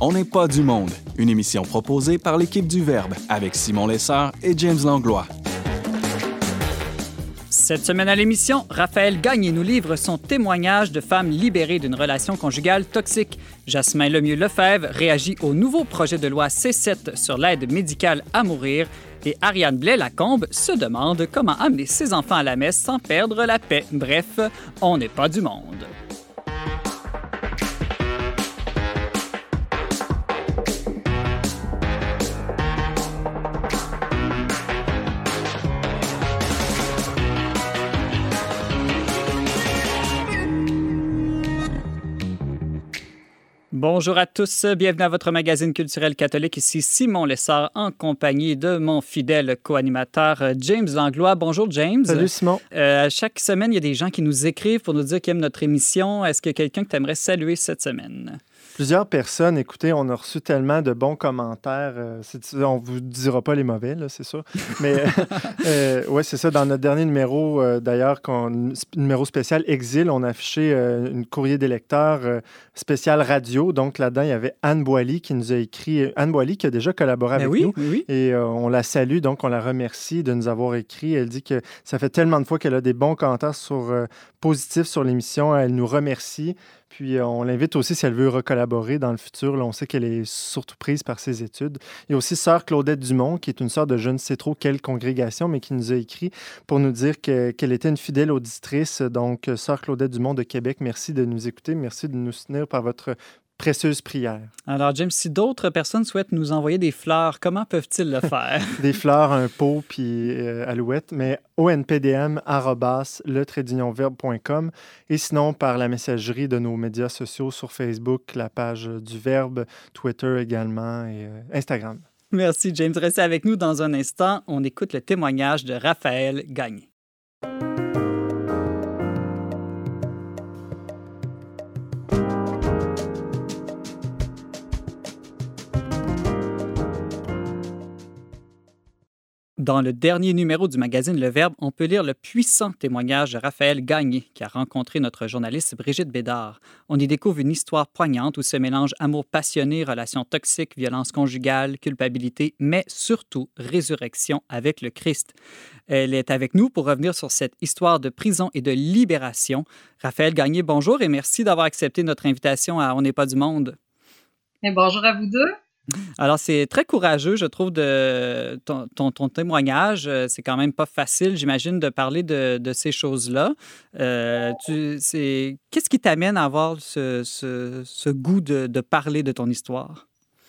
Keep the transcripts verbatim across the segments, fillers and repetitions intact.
On n'est pas du monde, une émission proposée par l'équipe du Verbe avec Simon Lessard et James Langlois. Cette semaine à l'émission, Raphaël Gagné nous livre son témoignage de femme libérée d'une relation conjugale toxique. Jasmin Lemieux-Lefebvre réagit au nouveau projet de loi C sept sur l'aide médicale à mourir. Et Ariane Blais-Lacombe se demande comment amener ses enfants à la messe sans perdre la paix. Bref, on n'est pas du monde. Bonjour à tous, bienvenue à votre magazine culturel catholique. Ici Simon Lessard en compagnie de mon fidèle co-animateur James Langlois. Bonjour James. Salut Simon. Euh, chaque semaine, il y a des gens qui nous écrivent pour nous dire qu'ils aiment notre émission. Est-ce qu'il y a quelqu'un que tu aimerais saluer cette semaine? Plusieurs personnes, écoutez, on a reçu tellement de bons commentaires. Euh, c'est, on ne vous dira pas les mauvais, là, c'est sûr. Mais euh, oui, c'est ça. Dans notre dernier numéro, euh, d'ailleurs, qu'on, numéro spécial Exil, on a affiché euh, une courrier des lecteurs euh, spécial radio. Donc là-dedans, il y avait Anne Boily qui nous a écrit. Anne Boily qui a déjà collaboré avec oui, nous. Oui, oui. Et euh, on la salue, donc on la remercie de nous avoir écrit. Elle dit que ça fait tellement de fois qu'elle a des bons commentaires sur, euh, positifs sur l'émission. Elle nous remercie. Puis euh, on l'invite aussi, si elle veut recollaborer dans le futur. Là, on sait qu'elle est surtout prise par ses études. Il y a aussi sœur Claudette Dumont, qui est une sœur de je ne sais trop quelle congrégation, mais qui nous a écrit pour nous dire que, qu'elle était une fidèle auditrice. Donc, sœur Claudette Dumont de Québec, merci de nous écouter. Merci de nous soutenir par votre précieuse prière. Alors, James, si d'autres personnes souhaitent nous envoyer des fleurs, comment peuvent-ils le faire? Des fleurs, un pot, puis euh, alouette, mais onpdm arobase le trait d'union verbe point com et sinon par la messagerie de nos médias sociaux sur Facebook, la page du Verbe, Twitter également et euh, Instagram. Merci, James. Restez avec nous dans un instant. On écoute le témoignage de Raphaël Gagné. Dans le dernier numéro du magazine Le Verbe, on peut lire le puissant témoignage de Raphaël Gagné, qui a rencontré notre journaliste Brigitte Bédard. On y découvre une histoire poignante où se mélangent amour passionné, relations toxiques, violence conjugale, culpabilité, mais surtout résurrection avec le Christ. Elle est avec nous pour revenir sur cette histoire de prison et de libération. Raphaël Gagné, bonjour et merci d'avoir accepté notre invitation à On n'est pas du monde. Et bonjour à vous deux. Alors, c'est très courageux, je trouve, de ton, ton, ton témoignage. C'est quand même pas facile, j'imagine, de parler de, de ces choses-là. Euh, tu, c'est, qu'est-ce qui t'amène à avoir ce, ce, ce goût de, de parler de ton histoire?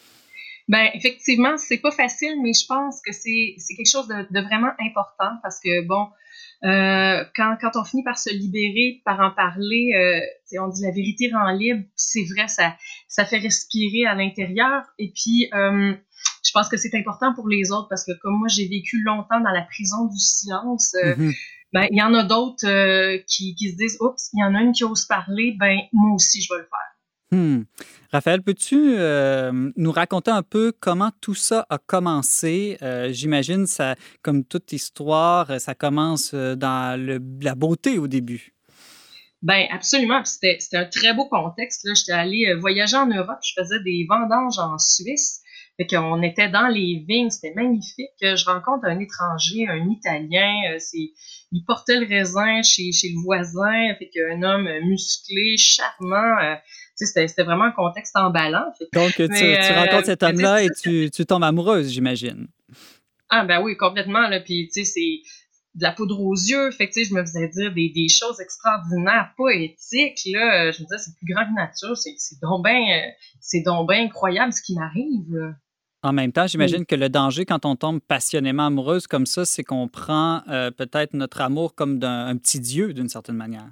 Bien, effectivement, c'est pas facile, mais je pense que c'est, c'est quelque chose de, de vraiment important parce que, bon, Euh, quand, quand on finit par se libérer, par en parler, euh, on dit la vérité rend libre, puis c'est vrai, ça, ça fait respirer à l'intérieur. Et puis, euh, je pense que c'est important pour les autres parce que comme moi, j'ai vécu longtemps dans la prison du silence, euh, mm-hmm. ben, il y en a d'autres euh, qui, qui se disent « Oups, il y en a une qui ose parler, ben moi aussi, je vais le faire. » Hmm. Raphaël, peux-tu euh, nous raconter un peu comment tout ça a commencé? Euh, j'imagine, ça, comme toute histoire, ça commence dans le, la beauté au début. Bien, absolument. C'était, c'était un très beau contexte. Là. J'étais allée voyager en Europe. Je faisais des vendanges en Suisse. Fait qu'on était dans les vignes. C'était magnifique. Je rencontre un étranger, un Italien. C'est, il portait le raisin chez, chez le voisin. Fait qu'un homme musclé, charmant. C'était, c'était vraiment un contexte emballant. Fait. Donc, tu, Mais, tu rencontres cet homme-là et tu, tu tombes amoureuse, j'imagine. Ah, ben oui, complètement. Là. Puis, tu sais, c'est de la poudre aux yeux. Fait que, tu sais, je me faisais dire des, des choses extraordinaires, poétiques. Là. Je me disais, c'est plus grand que nature. C'est, c'est donc bien c'est donc ben incroyable ce qui m'arrive. Là. En même temps, j'imagine oui. que le danger quand on tombe passionnément amoureuse comme ça, c'est qu'on prend euh, peut-être notre amour comme d'un un petit dieu, d'une certaine manière.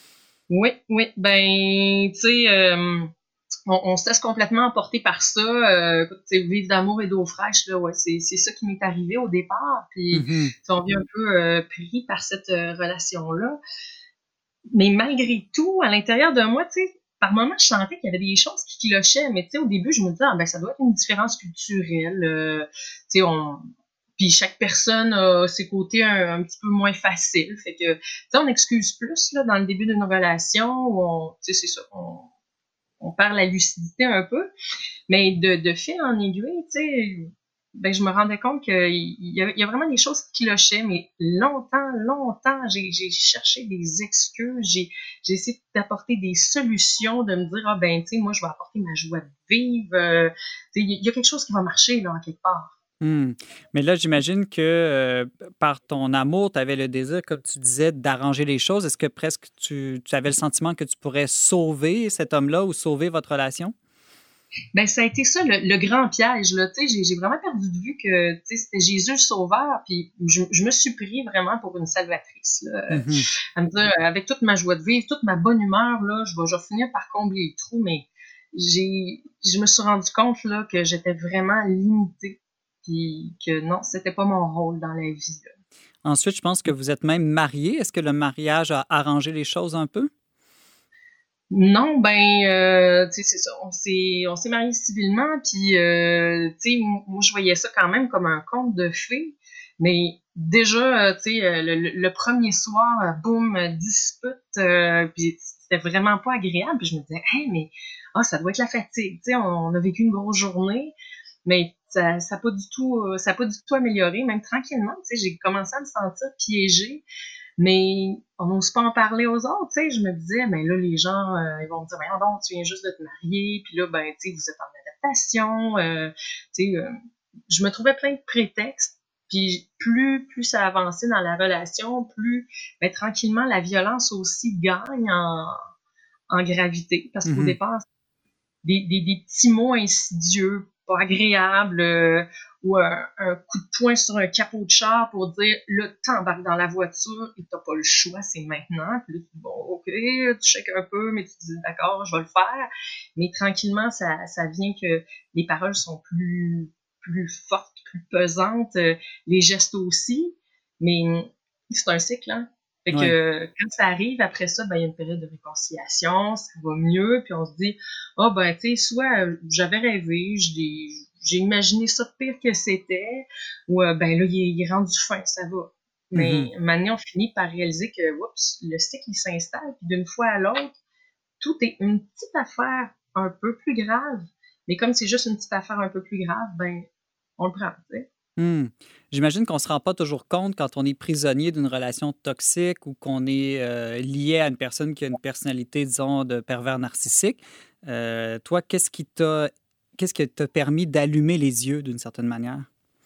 Oui, oui. Ben, tu sais, euh, on, on se laisse complètement emporter par ça. Euh, vivre d'amour et d'eau fraîche, là, ouais, c'est, c'est ça qui m'est arrivé au départ. Puis, mm-hmm. on vient un peu euh, pris par cette euh, relation-là. Mais malgré tout, à l'intérieur de moi, tu sais, par moments, je sentais qu'il y avait des choses qui clochaient. Mais tu sais, au début, je me disais, ah, ben, ça doit être une différence culturelle. Euh, tu sais, on... Puis chaque personne a ses côtés un, un petit peu moins faciles. Fait que, tu sais, on excuse plus, là, dans le début d'une relation où on, tu sais, c'est ça, on, on perd la lucidité un peu. Mais de, de fil en aiguille, tu sais, ben, je me rendais compte qu'il y a, il y a vraiment des choses qui clochaient, mais longtemps, longtemps, j'ai, j'ai cherché des excuses, j'ai, j'ai essayé d'apporter des solutions, de me dire, ah ben, tu sais, moi, je vais apporter ma joie de vivre, euh, tu sais, il y a quelque chose qui va marcher, là, en quelque part. Mmh. Mais là, j'imagine que euh, par ton amour, tu avais le désir, comme tu disais, d'arranger les choses. Est-ce que presque tu, tu avais le sentiment que tu pourrais sauver cet homme-là ou sauver votre relation? Ben, ça a été ça, le, le grand piège, là, tu sais, j'ai, j'ai vraiment perdu de vue que, tu sais, c'était Jésus le sauveur, puis je, je me suis pris vraiment pour une salvatrice, là, Mmh. à me dire, avec toute ma joie de vivre, toute ma bonne humeur, là, je vais, je vais finir par combler le trou, mais j'ai, je me suis rendu compte, là, que j'étais vraiment limitée, puis que non, c'était pas mon rôle dans la vie, là. Ensuite, je pense que vous êtes même mariés. Est-ce que le mariage a arrangé les choses un peu? Non, ben, euh, tu sais, c'est ça. On s'est, on s'est mariés civilement, puis, euh, tu sais, m- moi, je voyais ça quand même comme un conte de fées. Mais déjà, euh, tu sais, euh, le, le- le premier soir, euh, boum, euh, dispute, euh, puis c'était vraiment pas agréable. Puis je me disais, hey, mais ah, ça doit être la fatigue. Tu sais, on, on a vécu une grosse journée, mais ça, ça a pas du tout, euh, ça a pas du tout amélioré. Même tranquillement, tu sais, j'ai commencé à me sentir piégée. Mais on n'ose pas en parler aux autres, tu sais. Je me disais, mais là, les gens, euh, ils vont me dire, voyons donc, tu viens juste de te marier, puis là, ben, tu sais, vous êtes en adaptation, euh, tu sais, euh, je me trouvais plein de prétextes. Puis plus, plus ça avançait dans la relation, plus, ben, tranquillement, la violence aussi gagne en, en gravité. Parce qu'au Mhm. départ, des, des, des petits mots insidieux, pas agréables, euh, ou un, un coup de poing sur un capot de char pour dire là, t'embarques dans la voiture et t'as pas le choix, c'est maintenant. Puis là, tu dis bon, ok, tu checkes un peu, mais tu te dis d'accord, je vais le faire. Mais tranquillement, ça, ça vient que les paroles sont plus, plus fortes, plus pesantes, euh, les gestes aussi. Mais c'est un cycle, hein. Fait que Oui. euh, quand ça arrive, après ça, ben, il y a une période de réconciliation, ça va mieux, puis on se dit, ah, oh, ben, tu sais, soit euh, j'avais rêvé, j'ai, j'ai imaginé ça pire que c'était, ou euh, ben là, il est, il est rendu fin, ça va. Mais Mhm. maintenant, on finit par réaliser que, oups, le cycle, il s'installe, puis d'une fois à l'autre, tout est une petite affaire un peu plus grave. Mais comme c'est juste une petite affaire un peu plus grave, ben, on le prend, tu sais. Hmm. J'imagine qu'on ne se rend pas toujours compte quand on est prisonnier d'une relation toxique ou qu'on est euh, lié à une personne qui a une personnalité, disons, de pervers narcissique. Euh, toi, qu'est-ce qui t'a, qu'est-ce qui t'a permis d'allumer les yeux d'une certaine manière?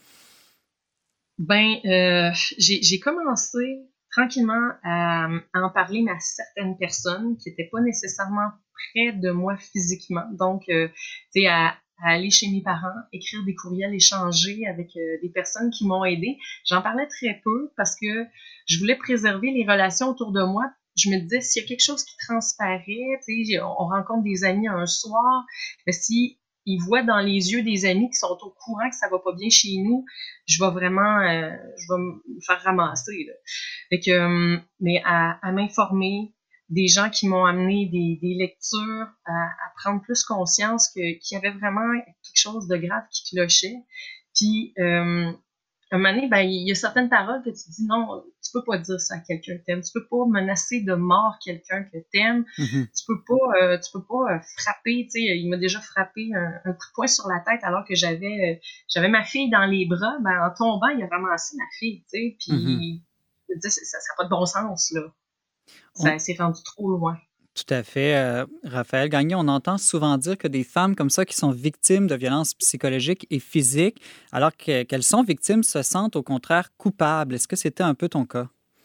Ben, euh, j'ai, j'ai commencé tranquillement à, à en parler, mais à certaines personnes qui n'étaient pas nécessairement près de moi physiquement. Donc, euh, tu sais, à, à aller chez mes parents, écrire des courriels, échanger avec euh, des personnes qui m'ont aidé. J'en parlais très peu parce que je voulais préserver les relations autour de moi. Je me disais, s'il y a quelque chose qui transparaît, tu sais, on rencontre des amis un soir, mais si ils voient dans les yeux des amis qui sont au courant que ça va pas bien chez nous, je vais vraiment, euh, je vais me faire ramasser, là. Fait que, euh, mais à, à m'informer, des gens qui m'ont amené des, des lectures, à, à prendre plus conscience que, qu'il y avait vraiment quelque chose de grave qui clochait. Puis, euh, un moment donné, ben, il y a certaines paroles que tu dis non, tu peux pas dire ça à quelqu'un que t'aimes. Tu peux pas menacer de mort quelqu'un que t'aimes. Mhm. Tu peux pas, euh, tu peux pas euh, frapper, tu sais, il m'a déjà frappé un, un coup de poing sur la tête alors que j'avais, euh, j'avais ma fille dans les bras, ben, en tombant, il a ramassé ma fille, tu sais, Mhm. puis je me disais, ça n'a pas de bon sens, là. On- Ça s'est rendu trop loin. Tout à fait. Euh, Raphaël Gagné, on entend souvent dire que des femmes comme ça qui sont victimes de violences psychologiques et physiques, alors que- qu'elles sont victimes, se sentent au contraire coupables. Est-ce que c'était un peu ton cas?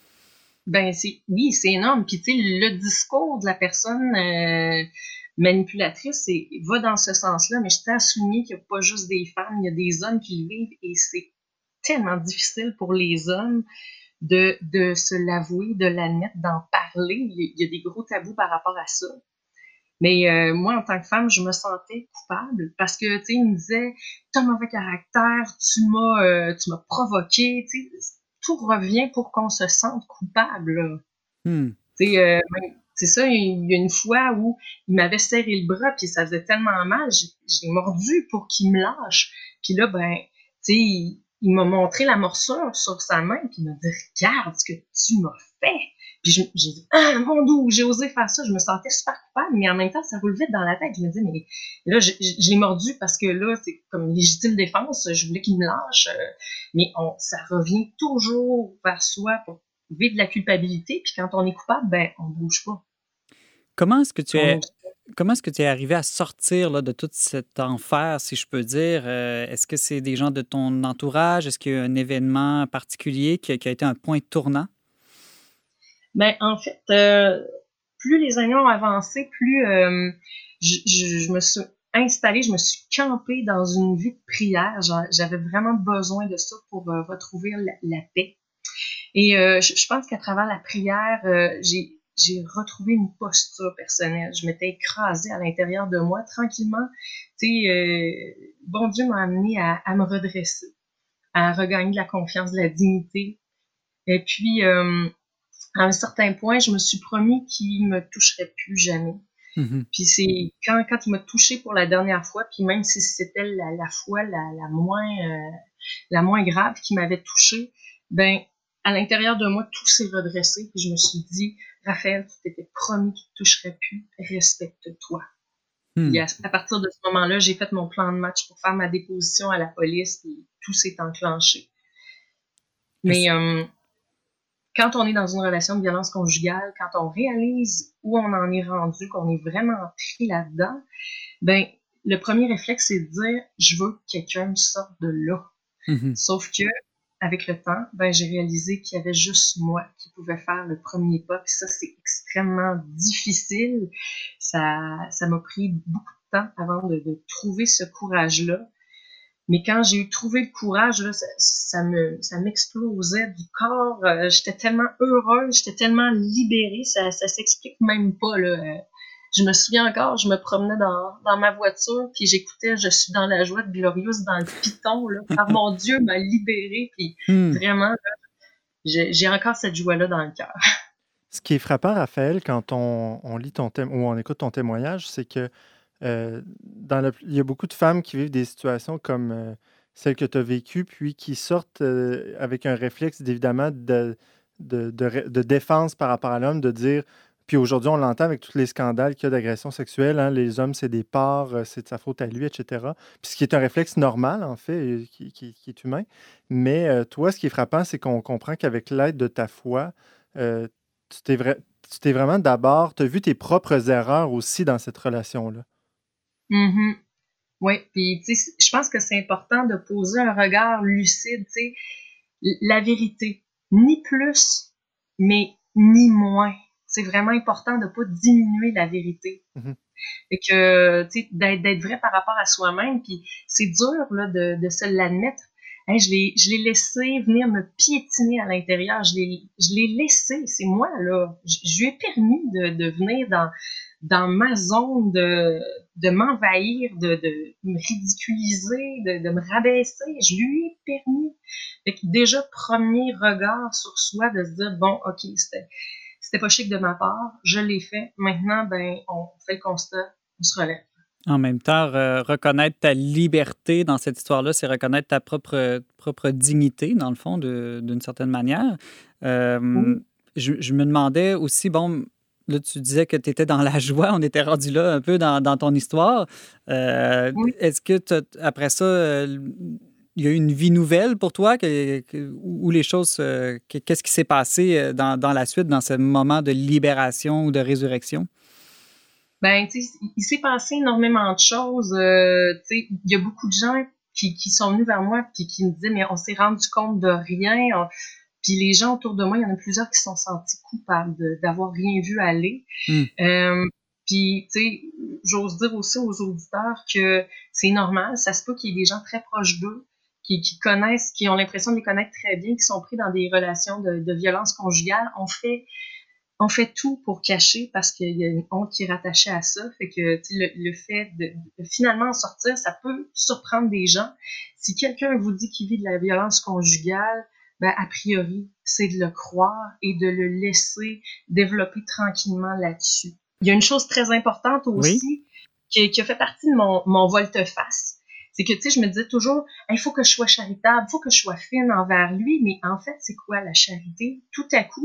Ben, c'est, oui, c'est énorme. Puis, tu sais, le discours de la personne euh, manipulatrice c'est, va dans ce sens-là, mais je tiens à souligner qu'il n'y a pas juste des femmes, il y a des hommes qui le vivent et c'est tellement difficile pour les hommes de, de se l'avouer, de l'admettre, d'en parler. Il y a des gros tabous par rapport à ça. Mais euh, moi, en tant que femme, je me sentais coupable parce que, tu sais, il me disait, t'as un mauvais caractère, tu m'as, euh, tu m'as provoqué, tu sais, tout revient pour qu'on se sente coupable, là. Hmm. Tu sais, euh, même- c'est ça, il y a une fois où il m'avait serré le bras, puis ça faisait tellement mal, j'ai, j'ai mordu pour qu'il me lâche. Puis là, ben, tu sais, il, il m'a montré la morsure sur sa main, puis il m'a dit, regarde ce que tu m'as fait. Puis je- j'ai dit, ah, mon Dieu, j'ai osé faire ça. Je me sentais super coupable, mais en même temps, ça roulait dans la tête. Je me disais, mais là, je, je, je l'ai mordu parce que là, c'est comme légitime défense. Je voulais qu'il me lâche. euh, mais on, ça revient toujours vers soi pour vivre de la culpabilité. Puis quand on est coupable, ben, on bouge pas. Comment est-ce que tu On es, ose pas. comment est-ce que tu es arrivé à sortir là, de tout cet enfer, si je peux dire? Euh, est-ce que c'est des gens de ton entourage? Est-ce qu'il y a un événement particulier qui a, qui a été un point tournant? Ben, en fait, euh, plus les années ont avancé, plus euh, je, je, je me suis installée, je me suis campée dans une vie de prière. J'a- J'avais vraiment besoin de ça pour euh, retrouver la, la paix. Et euh, je, je pense qu'à travers la prière, euh, j'ai j'ai retrouvé une posture personnelle. Je m'étais écrasée à l'intérieur de moi tranquillement. Tu sais, euh, bon Dieu m'a amené à, à me redresser, à regagner de la confiance, de la dignité. Et puis, euh, à un certain point, je me suis promis qu'il me toucherait plus jamais. Mhm. Puis c'est quand, quand il m'a touché pour la dernière fois, puis même si c'était la, la fois la, la moins euh, la moins grave qui m'avait touché, ben à l'intérieur de moi, tout s'est redressé. Puis je me suis dit, Raphaël, tu t'étais promis qu'il ne toucherait plus, respecte-toi. Puis Hmm. à, à partir de ce moment-là, j'ai fait mon plan de match pour faire ma déposition à la police, puis tout s'est enclenché. Est-ce- Mais euh, quand on est dans une relation de violence conjugale, quand on réalise où on en est rendu, qu'on est vraiment pris là-dedans, ben le premier réflexe, c'est de dire, je veux que quelqu'un me sorte de là. Mhm. Sauf que, avec le temps, ben, j'ai réalisé qu'il y avait juste moi qui pouvais faire le premier pas. Puis ça, c'est extrêmement difficile. Ça, ça m'a pris beaucoup de temps avant de, de trouver ce courage-là. Mais quand j'ai eu trouvé le courage, là, ça, ça me, ça m'explosait du corps. Euh, j'étais tellement heureuse, j'étais tellement libérée, ça, ça s'explique même pas, là. Euh, je me souviens encore, je me promenais dans, dans ma voiture, puis j'écoutais Je suis dans la joie de Glorious dans le piton, là. Par mon Dieu, m'a libérée, puis Hmm. vraiment, là, j'ai, j'ai encore cette joie-là dans le cœur. Ce qui est frappant, Raphaël, quand on, on lit ton thème ou on écoute ton témoignage, c'est que euh, dans le- il y a beaucoup de femmes qui vivent des situations comme euh, celle que tu as vécue, puis qui sortent euh, avec un réflexe, évidemment, de, de, de ré- de défense par rapport à l'homme, de dire, puis aujourd'hui, on l'entend avec tous les scandales qu'il y a d'agression sexuelle, hein, les hommes, c'est des porcs, euh, c'est de sa faute à lui, et cetera. Puis ce qui est un réflexe normal, en fait, et qui, qui- qui est humain. Mais euh, toi, ce qui est frappant, c'est qu'on comprend qu'avec l'aide de ta foi, euh, tu t'es vra- tu t'es vraiment d'abord, tu as vu tes propres erreurs aussi dans cette relation-là. Mhm. Oui, puis tu sais, je pense que c'est important de poser un regard lucide, tu sais, la vérité, ni plus, mais ni moins. C'est vraiment important de pas diminuer la vérité. Mhm. Et que, tu sais, d'être, d'être vrai par rapport à soi-même, puis c'est dur, là, de, de se l'admettre. Hein, je l'ai, je l'ai laissé venir me piétiner à l'intérieur. Je l'ai, je l'ai laissé, c'est moi, là. Je, je lui ai permis de, de venir dans, dans ma zone, de, de m'envahir, de, de me ridiculiser, de, de me rabaisser. Je lui ai permis. Fait que déjà, premier regard sur soi, de se dire, bon, OK, c'était, c'était pas chic de ma part, je l'ai fait. Maintenant, ben, on fait le constat, on se relève. En même temps, re- reconnaître ta liberté dans cette histoire-là, c'est reconnaître ta propre, propre dignité, dans le fond, de- d'une certaine manière. Euh, Oui. je, je me demandais aussi, bon, là, tu disais que tu étais dans la joie, on était rendu là un peu dans, dans ton histoire. Euh, Oui. est-ce que t'as- après ça, euh, il y a eu une vie nouvelle pour toi? Que, que- où les choses, euh, que- qu'est-ce qui s'est passé euh, dans, dans la suite, dans ce moment de libération ou de résurrection? Ben, tu sais, il s'est passé énormément de choses. Euh, tu sais, il y a beaucoup de gens qui, qui sont venus vers moi puis qui me disaient, mais on s'est rendu compte de rien. On- Puis les gens autour de moi, il y en a plusieurs qui se sont sentis coupables de- d'avoir rien vu aller. Hmm. Euh, puis, tu sais, j'ose dire aussi aux auditeurs que c'est normal. Ça se peut qu'il y ait des gens très proches d'eux qui, qui connaissent, qui ont l'impression de les connaître très bien, qui sont pris dans des relations de, de violence conjugale. On fait on fait tout pour cacher parce qu'il y a une honte qui est rattachée à ça. Fait que tu sais, le, le fait de, de finalement en sortir, ça peut surprendre des gens. Si quelqu'un vous dit qu'il vit de la violence conjugale, ben, a priori, c'est de le croire et de le laisser développer tranquillement là-dessus. Il y a une chose très importante Oui. aussi qui, qui a fait partie de mon, mon volte-face. C'est que, tu sais, je me disais toujours, il faut que je sois charitable, il faut que je sois fine envers lui, mais en fait, c'est quoi la charité? Tout à coup, tu sais,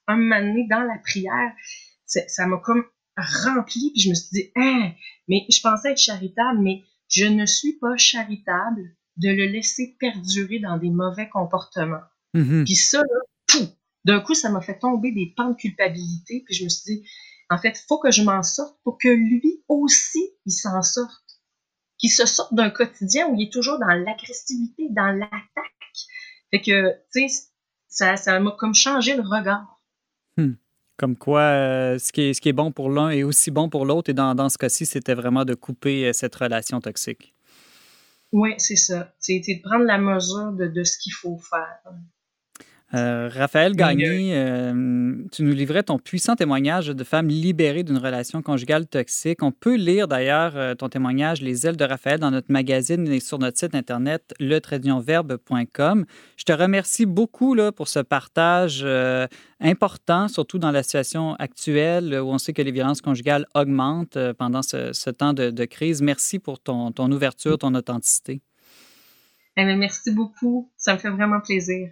un moment donné, dans la prière, ça m'a comme rempli, puis je me suis dit, hein, mais je pensais être charitable, mais je ne suis pas charitable de le laisser perdurer dans des mauvais comportements. Mm-hmm. Puis ça, là, pouf, d'un coup, ça m'a fait tomber des pans de culpabilité, puis je me suis dit, en fait, il faut que je m'en sorte pour que lui aussi, il s'en sorte. Qu'il se sorte d'un quotidien où il est toujours dans l'agressivité, dans l'attaque. Fait que, tu sais, ça, ça m'a comme changé le regard. Hmm. Comme quoi, euh, ce, qui est, ce qui est bon pour l'un est aussi bon pour l'autre. Et dans, dans ce cas-ci, c'était vraiment de couper euh, cette relation toxique. Oui, c'est ça. C'est de prendre la mesure de, de ce qu'il faut faire. Euh, Raphaël Gagné, euh, tu nous livrais ton puissant témoignage de femme libérée d'une relation conjugale toxique. On peut lire d'ailleurs euh, ton témoignage « Les ailes de Raphaël » dans notre magazine et sur notre site internet le trait d'union verbe point com. Je te remercie beaucoup là, pour ce partage euh, important, surtout dans la situation actuelle où on sait que les violences conjugales augmentent euh, pendant ce, ce temps de, de crise. Merci pour ton, ton ouverture, ton authenticité. Eh bien, merci beaucoup. Ça me fait vraiment plaisir.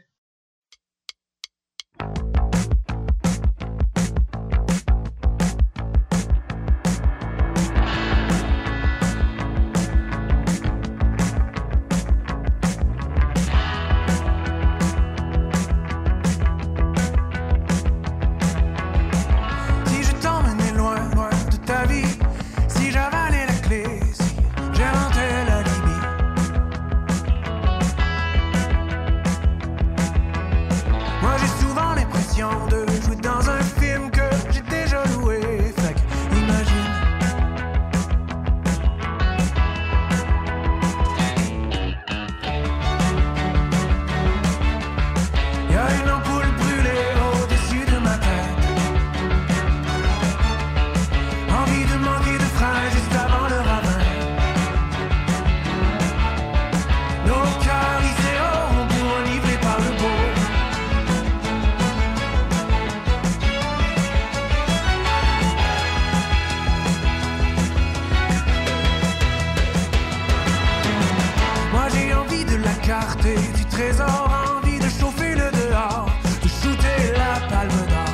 Du trésor, envie de chauffer le dehors, de shooter la palme d'or.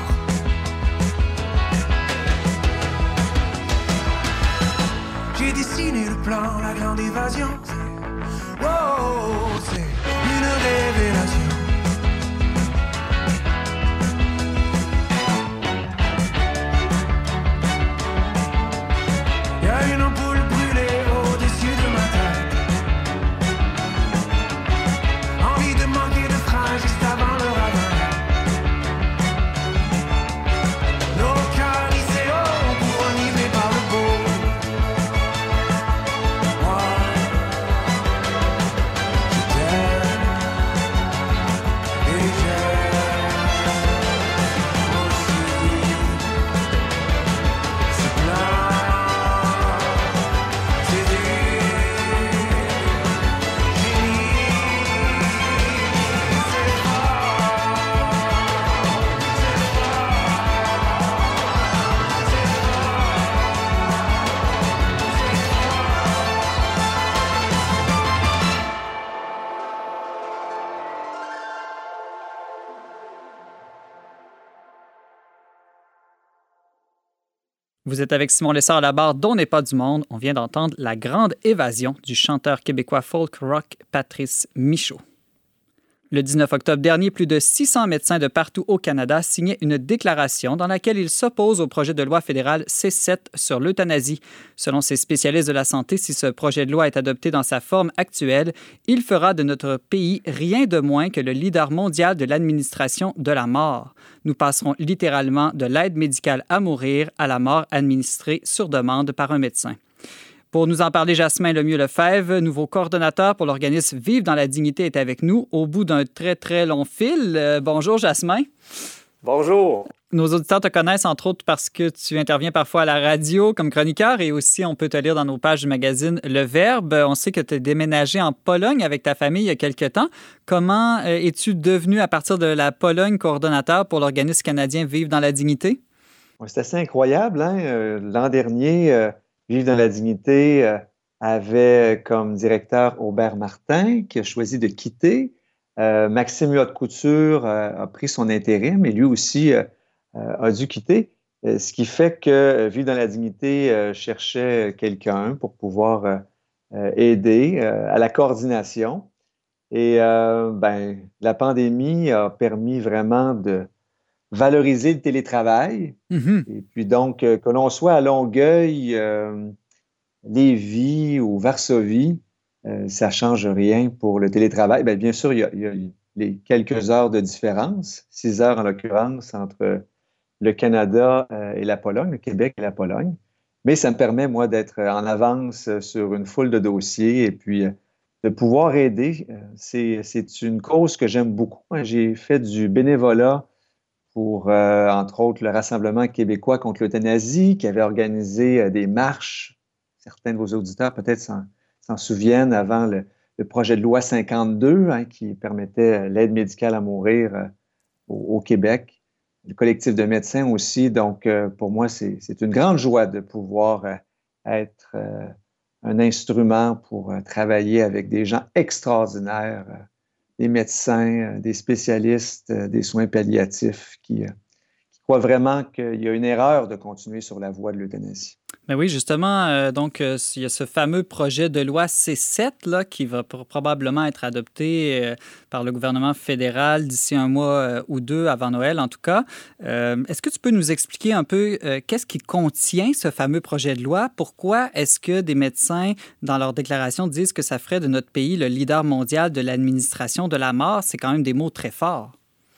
J'ai dessiné le plan, la grande évasion. Wow, c'est une révélation. Y a une ampoule brûlée au-dessus de ma tête. Juste avant le ravin. Nos cœurs hissés haut pour enivrer par le beau. Moi, je t'aime et j'aime aussi. Ce plan, c'est des génies. Vous êtes avec Simon Lessard à la barre d'On n'est pas du monde. On vient d'entendre La grande évasion du chanteur québécois folk rock Patrice Michaud. Le dix-neuf octobre dernier, plus de six cents médecins de partout au Canada signaient une déclaration dans laquelle ils s'opposent au projet de loi fédéral C sept sur l'euthanasie. Selon ces spécialistes de la santé, si ce projet de loi est adopté dans sa forme actuelle, il fera de notre pays rien de moins que le leader mondial de l'administration de la mort. Nous passerons littéralement de l'aide médicale à mourir à la mort administrée sur demande par un médecin. Pour nous en parler, Jasmin Lemieux-Lefebvre, nouveau coordonnateur pour l'organisme Vivre dans la dignité, est avec nous au bout d'un très, très long fil. Euh, bonjour, Jasmin. Bonjour. Nos auditeurs te connaissent, entre autres, parce que tu interviens parfois à la radio comme chroniqueur et aussi, on peut te lire dans nos pages du magazine Le Verbe. On sait que tu as déménagé en Pologne avec ta famille il y a quelque temps. Comment euh, es-tu devenu, à partir de la Pologne, coordonnateur pour l'organisme canadien Vivre dans la dignité? Ouais, c'est assez incroyable. Hein? Euh, l'an dernier... Euh... Vivre dans la dignité euh, avait comme directeur Aubert Martin, qui a choisi de quitter. Euh, Maxime Huot-Couture euh, a pris son intérim et lui aussi euh, euh, a dû quitter, euh, ce qui fait que euh, Vivre dans la dignité euh, cherchait quelqu'un pour pouvoir euh, euh, aider euh, à la coordination. Et euh, ben, la pandémie a permis vraiment de valoriser le télétravail. Mm-hmm. Et puis donc, euh, que l'on soit à Longueuil, euh, Lévis ou Varsovie, euh, ça ne change rien pour le télétravail. Bien, bien sûr, il y, a, il y a les quelques heures de différence, six heures en l'occurrence, entre le Canada euh, et la Pologne, le Québec et la Pologne. Mais ça me permet, moi, d'être en avance sur une foule de dossiers et puis euh, de pouvoir aider. C'est, c'est une cause que j'aime beaucoup. J'ai fait du bénévolat pour, euh, entre autres, le Rassemblement québécois contre l'euthanasie, qui avait organisé euh, des marches. Certains de vos auditeurs peut-être s'en, s'en souviennent avant le, le projet de loi cinquante-deux, hein, qui permettait l'aide médicale à mourir euh, au, au Québec. Le collectif de médecins aussi. Donc, euh, pour moi, c'est, c'est une grande joie de pouvoir euh, être euh, un instrument pour euh, travailler avec des gens extraordinaires, euh, des médecins, euh, des spécialistes euh, des soins palliatifs qui, euh, qui croient vraiment qu'il y a une erreur de continuer sur la voie de l'euthanasie. Mais oui, justement, euh, donc, euh, il y a ce fameux projet de loi C sept là, qui va pr- probablement être adopté euh, par le gouvernement fédéral d'ici un mois euh, ou deux, avant Noël en tout cas. Euh, est-ce que tu peux nous expliquer un peu euh, qu'est-ce qui contient ce fameux projet de loi? Pourquoi est-ce que des médecins, dans leur déclaration, disent que ça ferait de notre pays le leader mondial de l'administration de la mort? C'est quand même des mots très forts.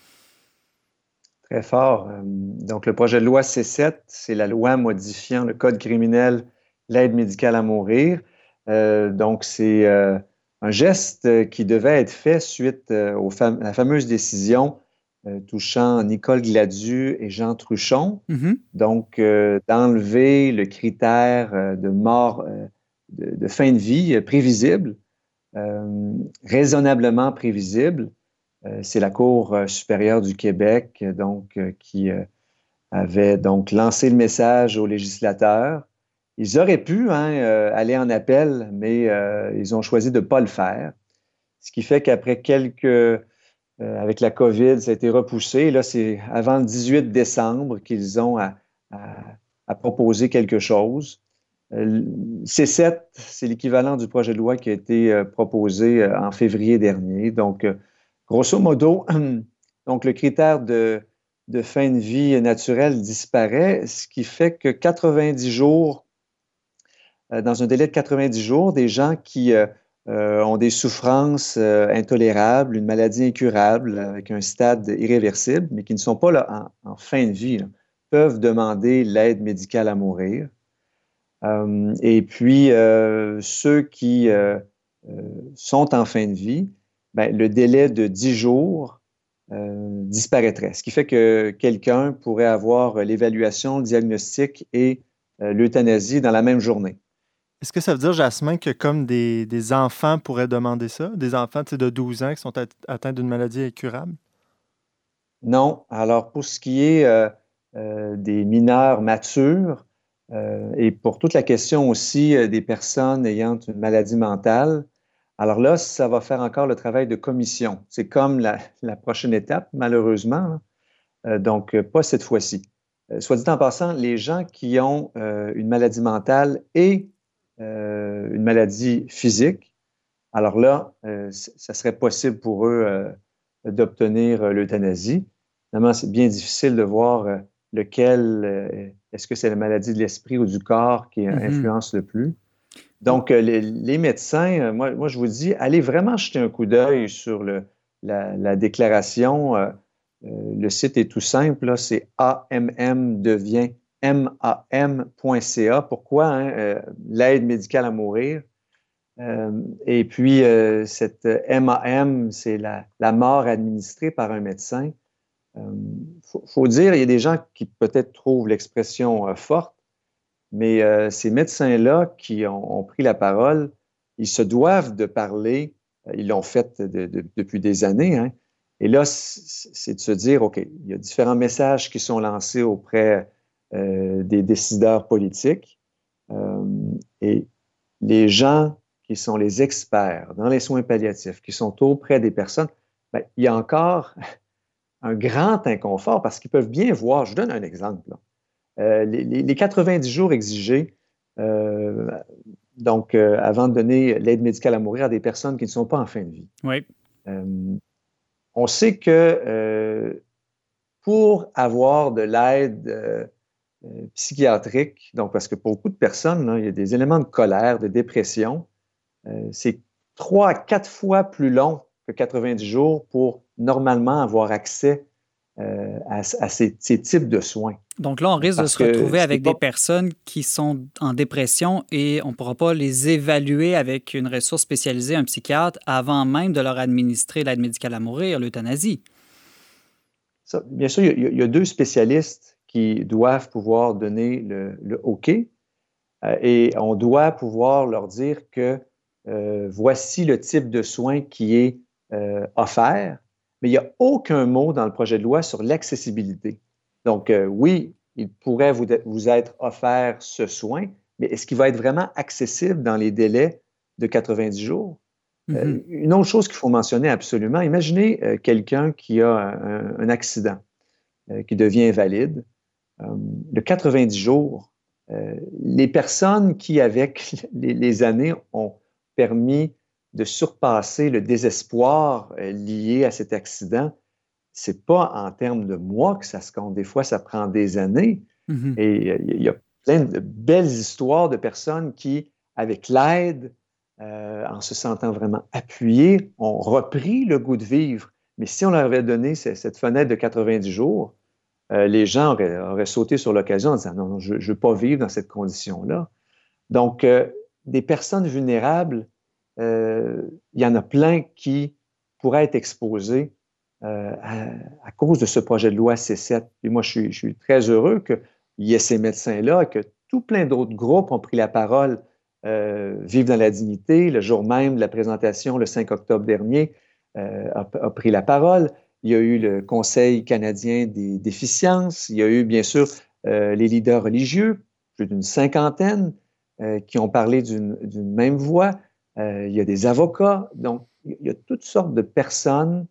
Très fort. Donc, le projet de loi C sept, c'est la loi modifiant le code criminel, l'aide médicale à mourir. Euh, donc, c'est euh, un geste qui devait être fait suite euh, aux fam- à la fameuse décision euh, touchant Nicole Gladu et Jean Truchon. Mm-hmm. Donc, euh, d'enlever le critère euh, de mort, euh, de, de fin de vie euh, prévisible, euh, raisonnablement prévisible. Euh, c'est la Cour euh, supérieure du Québec donc, euh, qui euh, avait donc lancé le message aux législateurs. Ils auraient pu hein, euh, aller en appel, mais euh, ils ont choisi de ne pas le faire. Ce qui fait qu'après quelques... Euh, avec la COVID, ça a été repoussé. Et là, c'est avant le dix-huit décembre qu'ils ont à, à, à proposer quelque chose. Euh, C sept, c'est l'équivalent du projet de loi qui a été euh, proposé euh, en février dernier. Donc, euh, grosso modo, donc le critère de, de fin de vie naturelle disparaît, ce qui fait que quatre-vingt-dix jours, euh, dans un délai de quatre-vingt-dix jours, des gens qui euh, euh, ont des souffrances euh, intolérables, une maladie incurable avec un stade irréversible, mais qui ne sont pas là en, en fin de vie, là, peuvent demander l'aide médicale à mourir. Euh, et puis, euh, ceux qui euh, euh, sont en fin de vie, ben, le délai de dix jours euh, disparaîtrait. Ce qui fait que quelqu'un pourrait avoir l'évaluation, le diagnostic et euh, l'euthanasie dans la même journée. Est-ce que ça veut dire, Jasmin, que comme des, des enfants pourraient demander ça, des enfants de douze ans qui sont at- atteints d'une maladie incurable? Non. Alors, pour ce qui est euh, euh, des mineurs matures, euh, et pour toute la question aussi euh, des personnes ayant une maladie mentale, alors là, ça va faire encore le travail de commission. C'est comme la, la prochaine étape, malheureusement. Euh, donc, euh, pas cette fois-ci. Euh, soit dit en passant, les gens qui ont euh, une maladie mentale et euh, une maladie physique, alors là, euh, c- ça serait possible pour eux euh, d'obtenir euh, l'euthanasie. Évidemment, c'est bien difficile de voir euh, lequel, euh, est-ce que c'est la maladie de l'esprit ou du corps qui Mm-hmm. influence le plus. Donc, euh, les, les médecins, euh, moi, moi, je vous dis, allez vraiment jeter un coup d'œil sur le, la, la déclaration. Euh, euh, le site est tout simple, là, c'est A M M devient M A M point C A. Pourquoi? Hein, euh, l'aide médicale à mourir. Euh, et puis, euh, cette M A M, c'est la, la mort administrée par un médecin. Il euh, faut, faut dire, il y a des gens qui peut-être trouvent l'expression euh, forte, mais euh, ces médecins-là qui ont, ont pris la parole, ils se doivent de parler, euh, ils l'ont fait de, de, depuis des années, hein, et là, c'est de se dire, OK, il y a différents messages qui sont lancés auprès euh, des décideurs politiques, euh, et les gens qui sont les experts dans les soins palliatifs, qui sont auprès des personnes, bien, il y a encore un grand inconfort parce qu'ils peuvent bien voir, je vous donne un exemple, là. Euh, les, les, les quatre-vingt-dix jours exigés, euh, donc euh, avant de donner l'aide médicale à mourir à des personnes qui ne sont pas en fin de vie. Oui. Euh, on sait que euh, pour avoir de l'aide euh, euh, psychiatrique, donc parce que pour beaucoup de personnes, là, il y a des éléments de colère, de dépression, euh, c'est trois à quatre fois plus long que quatre-vingt-dix jours pour normalement avoir accès euh, à, à ces, ces types de soins. Donc là, on risque Parce de se retrouver que avec pas... des personnes qui sont en dépression et on ne pourra pas les évaluer avec une ressource spécialisée, un psychiatre, avant même de leur administrer l'aide médicale à mourir, l'euthanasie. Ça, bien sûr, il y, a, il y a deux spécialistes qui doivent pouvoir donner le, le OK euh, et on doit pouvoir leur dire que euh, voici le type de soins qui est euh, offert, mais il n'y a aucun mot dans le projet de loi sur l'accessibilité. Donc, euh, oui, il pourrait vous, vous être offert ce soin, mais est-ce qu'il va être vraiment accessible dans les délais de quatre-vingt-dix jours? Mm-hmm. Euh, une autre chose qu'il faut mentionner absolument, imaginez euh, quelqu'un qui a un, un accident, euh, qui devient invalide. Euh, le quatre-vingt-dix jours, euh, les personnes qui, avec les, les années, ont permis de surpasser le désespoir euh, lié à cet accident, c'est pas en termes de mois que ça se compte. Des fois, ça prend des années. Mm-hmm. Et il euh, y a plein de belles histoires de personnes qui, avec l'aide, euh, en se sentant vraiment appuyées, ont repris le goût de vivre. Mais si on leur avait donné c- cette fenêtre de quatre-vingt-dix jours, euh, les gens auraient, auraient sauté sur l'occasion en disant « Non, non, je ne veux pas vivre dans cette condition-là ». Donc, euh, des personnes vulnérables, euh, il y en a plein qui pourraient être exposées Euh, à, à cause de ce projet de loi C sept. Et moi, je suis, je suis très heureux qu'il y ait ces médecins-là, que tout plein d'autres groupes ont pris la parole, euh, Vivre dans la dignité, le jour même de la présentation, le cinq octobre dernier, euh, a, a pris la parole. Il y a eu le Conseil canadien des déficiences. Il y a eu, bien sûr, euh, les leaders religieux, plus d'une cinquantaine, euh, qui ont parlé d'une, d'une même voix. Euh, il y a des avocats. Donc, il y a toutes sortes de personnes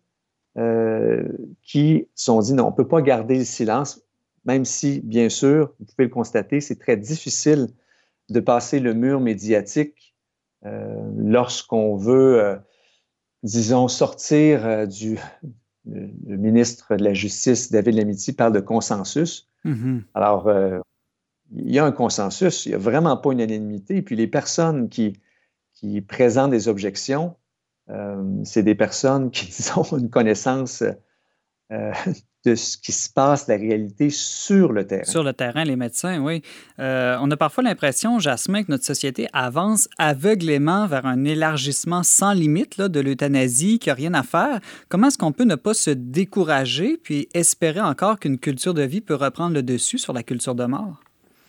Euh, qui se sont dit non, on ne peut pas garder le silence, même si, bien sûr, vous pouvez le constater, c'est très difficile de passer le mur médiatique euh, lorsqu'on veut, euh, disons, sortir euh, du... Le, le ministre de la Justice, David Lametti, parle de consensus. Mm-hmm. Alors, euh, il y a un consensus, il n'y a vraiment pas une unanimité. Et puis, les personnes qui, qui présentent des objections, Euh, c'est des personnes qui ont une connaissance euh, de ce qui se passe, la réalité sur le terrain. Sur le terrain, les médecins, oui. Euh, on a parfois l'impression, Jasmin, que notre société avance aveuglément vers un élargissement sans limite là, de l'euthanasie, qu'il n'y a rien à faire. Comment est-ce qu'on peut ne pas se décourager puis espérer encore qu'une culture de vie peut reprendre le dessus sur la culture de mort?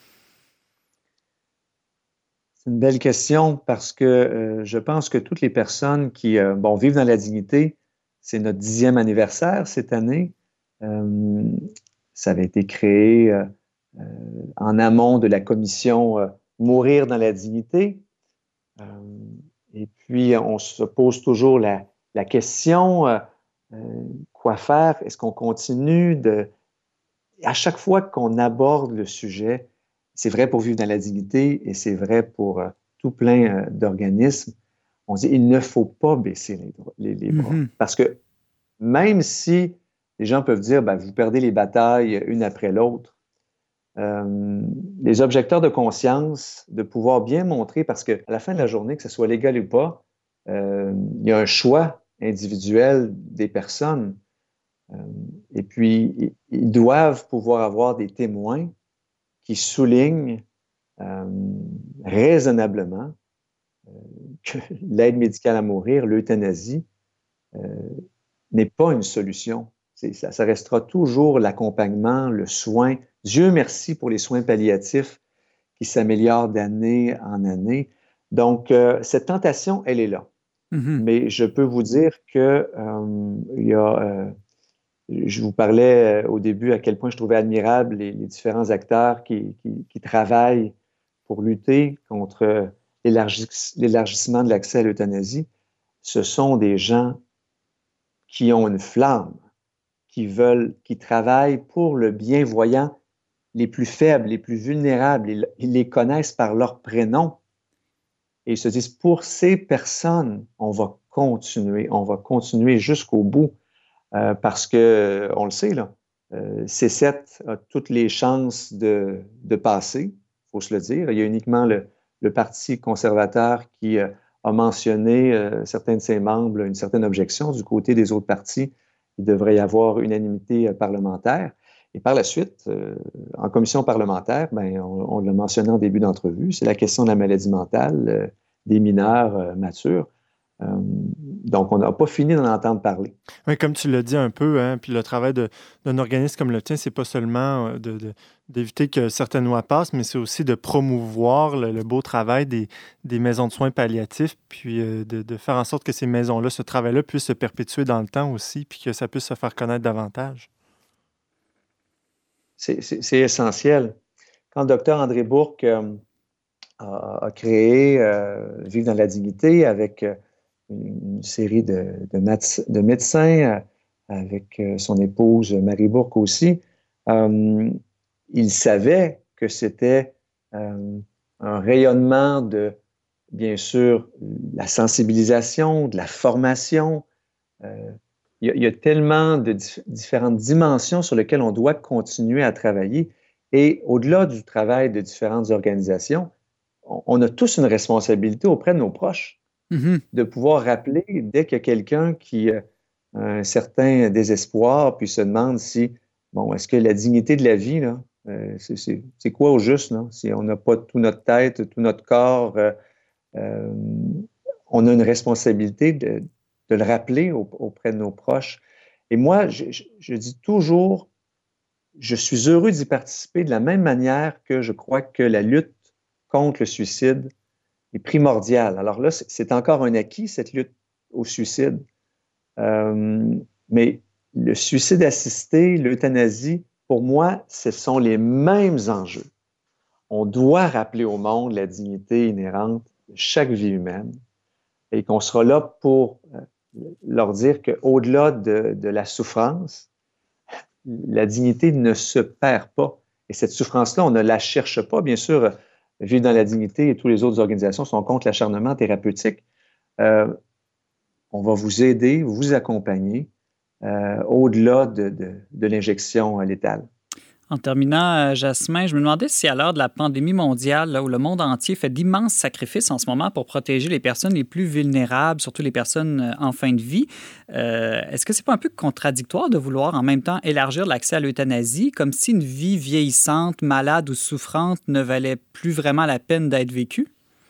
C'est une belle question parce que euh, je pense que toutes les personnes qui euh, bon, vivent dans la dignité, c'est notre dixième anniversaire cette année. Euh, ça avait été créé euh, euh, en amont de la commission euh, Mourir dans la dignité. Euh, et puis, on se pose toujours la, la question, euh, euh, quoi faire? Est-ce qu'on continue de... À chaque fois qu'on aborde le sujet, c'est vrai pour vivre dans la dignité et c'est vrai pour euh, tout plein euh, d'organismes. On dit il ne faut pas baisser les, les, les bras. Mm-hmm. Parce que même si les gens peuvent dire ben, vous perdez les batailles une après l'autre, euh, les objecteurs de conscience, de pouvoir bien montrer, parce qu'à la fin de la journée, que ce soit légal ou pas, euh, il y a un choix individuel des personnes. Euh, et puis, ils doivent pouvoir avoir des témoins qui souligne euh, raisonnablement euh, que l'aide médicale à mourir, l'euthanasie, euh, n'est pas une solution. C'est, ça, ça restera toujours l'accompagnement, le soin. Dieu merci pour les soins palliatifs qui s'améliorent d'année en année. Donc, euh, cette tentation, elle est là. Mm-hmm. Mais je peux vous dire que euh, il y a... Euh, Je vous parlais au début à quel point je trouvais admirable les, les différents acteurs qui, qui, qui travaillent pour lutter contre l'élargis, l'élargissement de l'accès à l'euthanasie. Ce sont des gens qui ont une flamme, qui veulent, qui travaillent pour le bienvoyant les plus faibles, les plus vulnérables. Ils, ils les connaissent par leur prénom. Et ils se disent, pour ces personnes, on va continuer, on va continuer jusqu'au bout. Euh, parce que, on le sait, là, euh, C sept a toutes les chances de, de passer, il faut se le dire. Il y a uniquement le, le Parti conservateur qui euh, a mentionné, euh, certains de ses membres, une certaine objection. Du côté des autres partis, il devrait y avoir unanimité euh, parlementaire. Et par la suite, euh, en commission parlementaire, ben, on, on l'a mentionné en début d'entrevue, c'est la question de la maladie mentale euh, des mineurs euh, matures. Euh, donc, on n'a pas fini d'en entendre parler. Oui, comme tu l'as dit un peu, hein, puis le travail de, d'un organisme comme le tien, c'est pas seulement de, de, d'éviter que certaines lois passent, mais c'est aussi de promouvoir le, le beau travail des, des maisons de soins palliatifs, puis euh, de, de faire en sorte que ces maisons-là, ce travail-là puisse se perpétuer dans le temps aussi, puis que ça puisse se faire connaître davantage. C'est, c'est, c'est essentiel. Quand le docteur André Bourque euh, a, a créé euh, Vivre dans la dignité avec euh, une série de, de, mat- de médecins, euh, avec euh, son épouse Marie Bourque aussi, euh, il savait que c'était euh, un rayonnement de, bien sûr, la sensibilisation, de la formation. Euh, il, y a, il y a tellement de dif- différentes dimensions sur lesquelles on doit continuer à travailler. Et au-delà du travail de différentes organisations, on, on a tous une responsabilité auprès de nos proches. Mm-hmm. De pouvoir rappeler, dès qu'il y a quelqu'un qui a un certain désespoir, puis se demande si, bon, est-ce que la dignité de la vie, là, euh, c'est, c'est, c'est quoi au juste, là? Si on n'a pas toute notre tête, tout notre corps, euh, euh, on a une responsabilité de, de le rappeler au, auprès de nos proches. Et moi, je, je, je dis toujours, je suis heureux d'y participer de la même manière que je crois que la lutte contre le suicide est primordial. Alors là, c'est encore un acquis, cette lutte au suicide. Euh, mais le suicide assisté, l'euthanasie, pour moi, ce sont les mêmes enjeux. On doit rappeler au monde la dignité inhérente de chaque vie humaine et qu'on sera là pour leur dire qu'au-delà de, de la souffrance, la dignité ne se perd pas. Et cette souffrance-là, on ne la cherche pas, bien sûr. Vivre dans la dignité et toutes les autres organisations sont contre l'acharnement thérapeutique. Euh, on va vous aider, vous accompagner euh, au-delà de, de, de l'injection létale. En terminant, Jasmin, je me demandais si à l'heure de la pandémie mondiale, là, où le monde entier fait d'immenses sacrifices en ce moment pour protéger les personnes les plus vulnérables, surtout les personnes en fin de vie, euh, est-ce que c'est pas un peu contradictoire de vouloir en même temps élargir l'accès à l'euthanasie, comme si une vie vieillissante, malade ou souffrante ne valait plus vraiment la peine d'être vécue?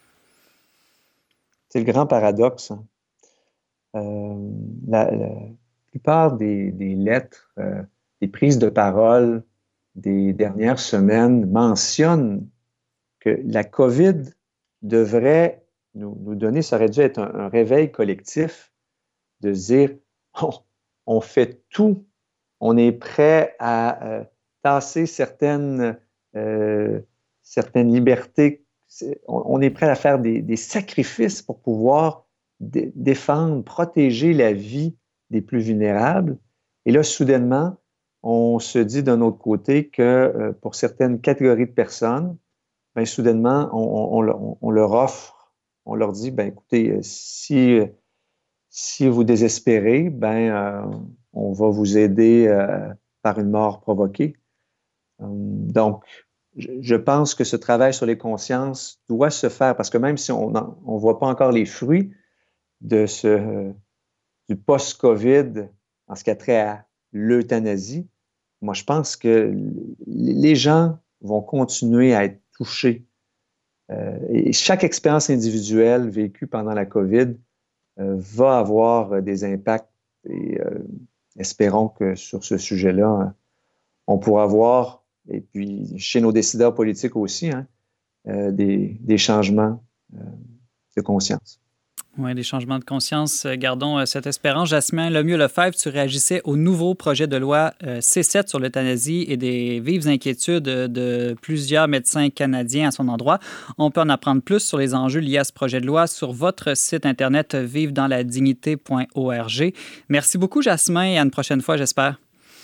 C'est le grand paradoxe. Hein. Euh, la, la plupart des, des lettres, euh, des prises de parole des dernières semaines mentionnent que la COVID devrait nous, nous donner, ça aurait dû être un, un réveil collectif de se dire, on, on fait tout, on est prêt à euh, tasser certaines, euh, certaines libertés, on, on est prêt à faire des, des sacrifices pour pouvoir d- défendre, protéger la vie des plus vulnérables. Et là, soudainement, on se dit d'un autre côté que euh, pour certaines catégories de personnes, ben, soudainement, on, on, on, on leur offre, on leur dit, ben, écoutez, si, si vous désespérez, ben, euh, on va vous aider euh, par une mort provoquée. Euh, donc, je, je pense que ce travail sur les consciences doit se faire, parce que même si on ne voit pas encore les fruits de ce, euh, du post-COVID en ce qui a trait à l'euthanasie, moi, je pense que les gens vont continuer à être touchés. Euh, et chaque expérience individuelle vécue pendant la COVID euh, va avoir des impacts. Et euh, espérons que sur ce sujet-là, on pourra voir, et puis chez nos décideurs politiques aussi, hein, euh, des, des changements euh, de conscience. Oui, des changements de conscience. Gardons cette espérance. Jasmin Lemieux-Lefebvre, tu réagissais au nouveau projet de loi C sept sur l'euthanasie et des vives inquiétudes de plusieurs médecins canadiens à son endroit. On peut en apprendre plus sur les enjeux liés à ce projet de loi sur votre site internet vive dans la dignité point org. Merci beaucoup, Jasmin, et à une prochaine fois, j'espère.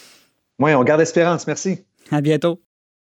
Oui, on garde espérance. Merci. À bientôt.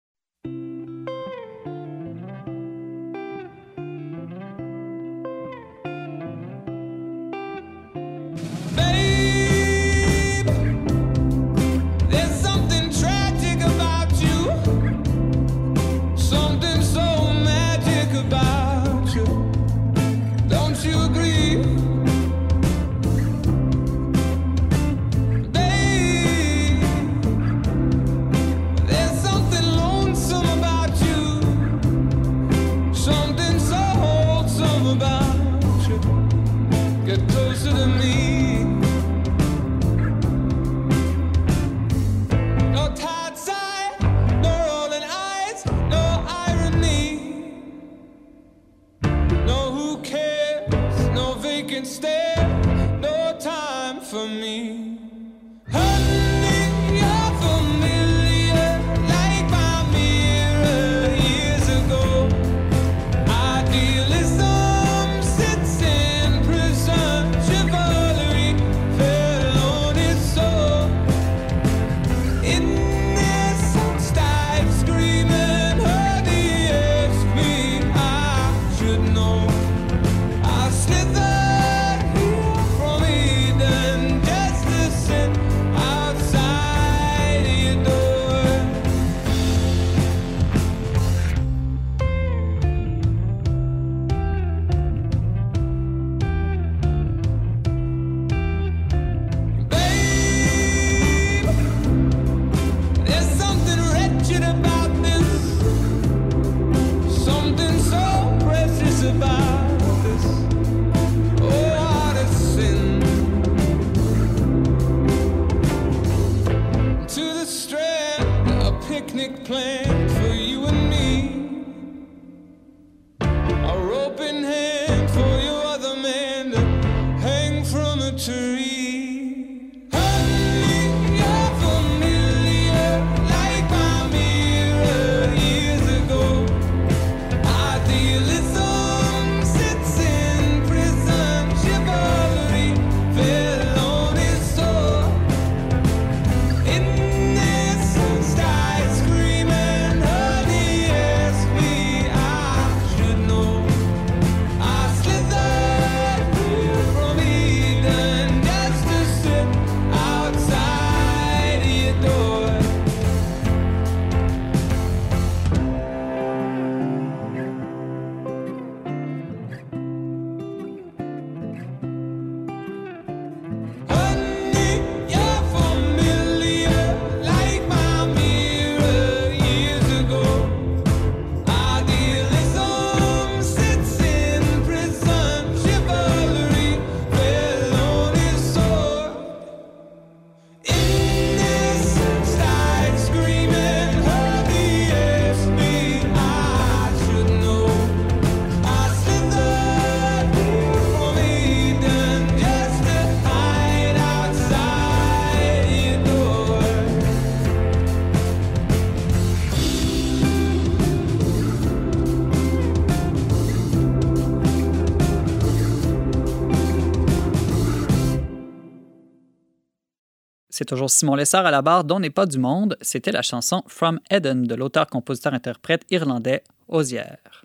C'est toujours Simon Lessard à la barre d'On n'est pas du monde. C'était la chanson From Eden de l'auteur-compositeur-interprète irlandais Hozier.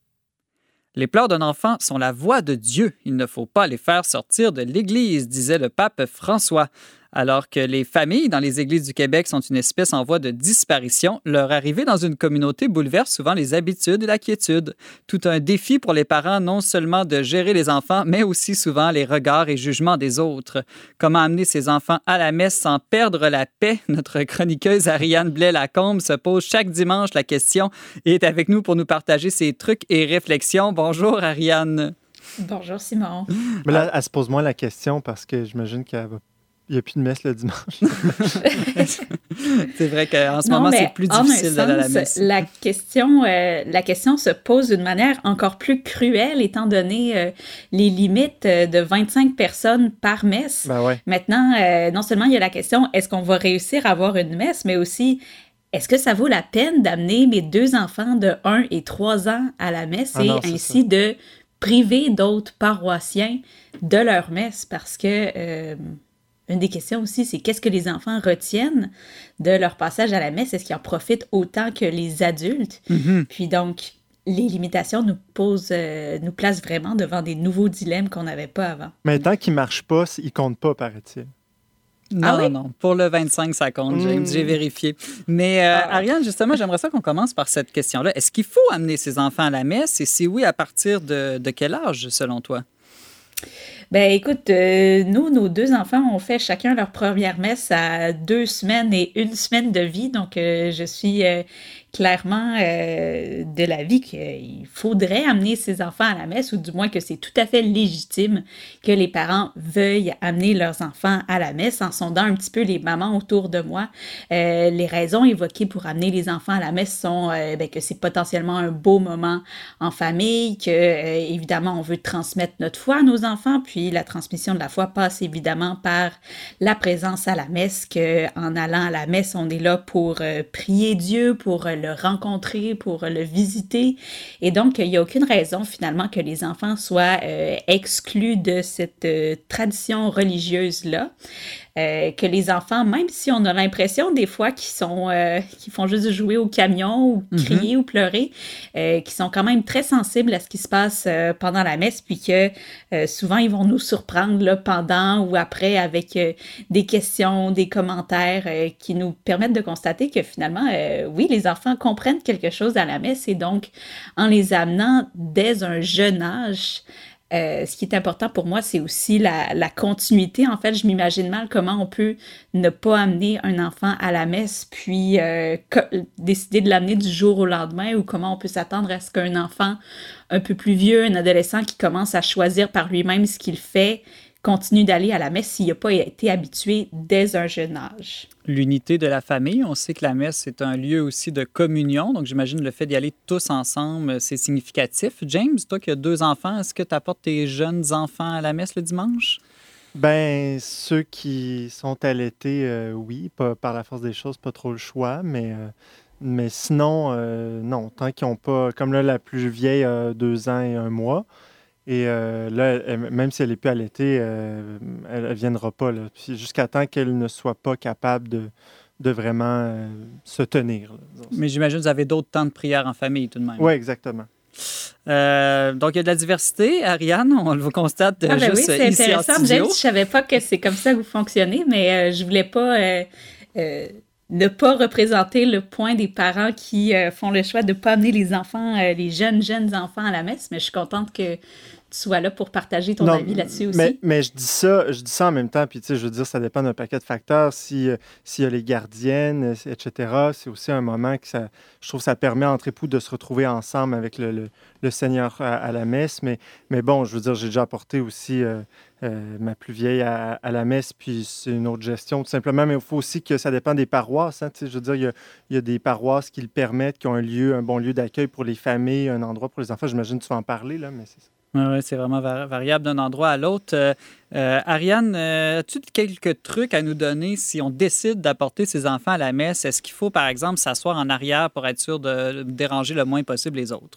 Les pleurs d'un enfant sont la voix de Dieu. Il ne faut pas les faire sortir de l'Église, disait le pape François. Alors que les familles dans les églises du Québec sont une espèce en voie de disparition, leur arrivée dans une communauté bouleverse souvent les habitudes et la quiétude. Tout un défi pour les parents, non seulement de gérer les enfants, mais aussi souvent les regards et jugements des autres. Comment amener ses enfants à la messe sans perdre la paix? Notre chroniqueuse Ariane Blais-Lacombe se pose chaque dimanche la question et est avec nous pour nous partager ses trucs et réflexions. Bonjour Ariane. Bonjour Simon. Mais là, elle se pose moins la question parce que j'imagine qu'elle va Il n'y a plus de messe le dimanche. C'est vrai qu'en ce non, moment, c'est plus difficile d'aller à la messe. La question, euh, la question se pose d'une manière encore plus cruelle, étant donné euh, les limites de vingt-cinq personnes par messe. Ben ouais. Maintenant, euh, non seulement il y a la question, est-ce qu'on va réussir à avoir une messe, mais aussi, est-ce que ça vaut la peine d'amener mes deux enfants de un et trois ans à la messe ah et non, ainsi ça. de priver d'autres paroissiens de leur messe? Parce que... Euh, une des questions aussi, c'est qu'est-ce que les enfants retiennent de leur passage à la messe? Est-ce qu'ils en profitent autant que les adultes? Mm-hmm. Puis donc, les limitations nous posent, euh, nous placent vraiment devant des nouveaux dilemmes qu'on n'avait pas avant. Mais tant qu'ils ne marchent pas, ils ne comptent pas, paraît-il. Non, ah oui? non, pour le vingt-cinq, ça compte, James, mmh. j'ai vérifié. Mais euh, ah. Ariane, justement, j'aimerais ça qu'on commence par cette question-là. Est-ce qu'il faut amener ses enfants à la messe? Et si oui, à partir de, de quel âge, selon toi? Ben écoute, euh, nous, nos deux enfants ont fait chacun leur première messe à deux semaines et une semaine de vie. Donc, euh, je suis euh, clairement euh, de l'avis qu'il faudrait amener ses enfants à la messe, ou du moins que c'est tout à fait légitime que les parents veuillent amener leurs enfants à la messe. En sondant un petit peu les mamans autour de moi, euh, les raisons évoquées pour amener les enfants à la messe sont euh, ben, que c'est potentiellement un beau moment en famille, que euh, évidemment on veut transmettre notre foi à nos enfants, puis la transmission de la foi passe évidemment par la présence à la messe, qu'en allant à la messe, on est là pour euh, prier Dieu, pour euh, le rencontrer, pour euh, le visiter. Et donc, il n'y a aucune raison finalement que les enfants soient euh, exclus de cette euh, tradition religieuse-là. Euh, que les enfants, même si on a l'impression des fois qu'ils sont, euh, qu'ils font juste jouer au camion ou crier mm-hmm. ou pleurer, euh, qu'ils sont quand même très sensibles à ce qui se passe euh, pendant la messe, puis que euh, souvent ils vont nous surprendre là, pendant ou après avec euh, des questions, des commentaires euh, qui nous permettent de constater que finalement, euh, oui, les enfants comprennent quelque chose à la messe, et donc en les amenant dès un jeune âge, Euh, ce qui est important pour moi, c'est aussi la, la continuité. En fait, je m'imagine mal comment on peut ne pas amener un enfant à la messe, puis euh, co- décider de l'amener du jour au lendemain, ou comment on peut s'attendre à ce qu'un enfant un peu plus vieux, un adolescent qui commence à choisir par lui-même ce qu'il fait, continue d'aller à la messe s'il n'a pas été habitué dès un jeune âge. L'unité de la famille, on sait que la messe est un lieu aussi de communion, donc j'imagine le fait d'y aller tous ensemble, c'est significatif. James, toi qui as deux enfants, est-ce que tu apportes tes jeunes enfants à la messe le dimanche? Ben, ceux qui sont allaités, euh, oui, pas, par la force des choses, pas trop le choix, mais... Euh... Mais sinon, euh, non, tant qu'ils n'ont pas... Comme là, la plus vieille a deux ans et un mois. Et euh, là, elle, même si elle n'est plus allaitée, euh, elle ne viendra pas. Là. Puis jusqu'à temps qu'elle ne soit pas capable de, de vraiment euh, se tenir. Là, mais j'imagine que vous avez d'autres temps de prière en famille tout de même. Oui, exactement. Euh, donc, il y a de la diversité. Ariane, on le constate ah, ben juste oui, ici en studio. James, je ne savais pas que c'est comme ça que vous fonctionnez, mais euh, je ne voulais pas... Euh, euh, ne pas représenter le point des parents qui euh, font le choix de ne pas amener les enfants, euh, les jeunes, jeunes enfants à la messe, mais je suis contente que tu sois là pour partager ton non, avis là-dessus aussi. Mais, mais je dis ça, je dis ça en même temps, puis tu sais, je veux dire, ça dépend d'un paquet de facteurs. Si, euh, s'il y a les gardiennes, et cetera, c'est aussi un moment que ça, je trouve que ça permet entre époux de se retrouver ensemble avec le, le, le Seigneur à, à la messe. Mais, mais bon, je veux dire, j'ai déjà apporté aussi... Euh, Euh, ma plus vieille à, à la messe, puis c'est une autre gestion tout simplement, mais il faut aussi que ça dépend des paroisses. Hein, je veux dire, il y, a, il y a des paroisses qui le permettent, qui ont un lieu, un bon lieu d'accueil pour les familles, un endroit pour les enfants. J'imagine que tu vas en parler, là, mais c'est ça. Oui, c'est vraiment vari- variable d'un endroit à l'autre. Euh, euh, Ariane, euh, as-tu quelques trucs à nous donner si on décide d'apporter ses enfants à la messe? Est-ce qu'il faut, par exemple, s'asseoir en arrière pour être sûr de déranger le moins possible les autres?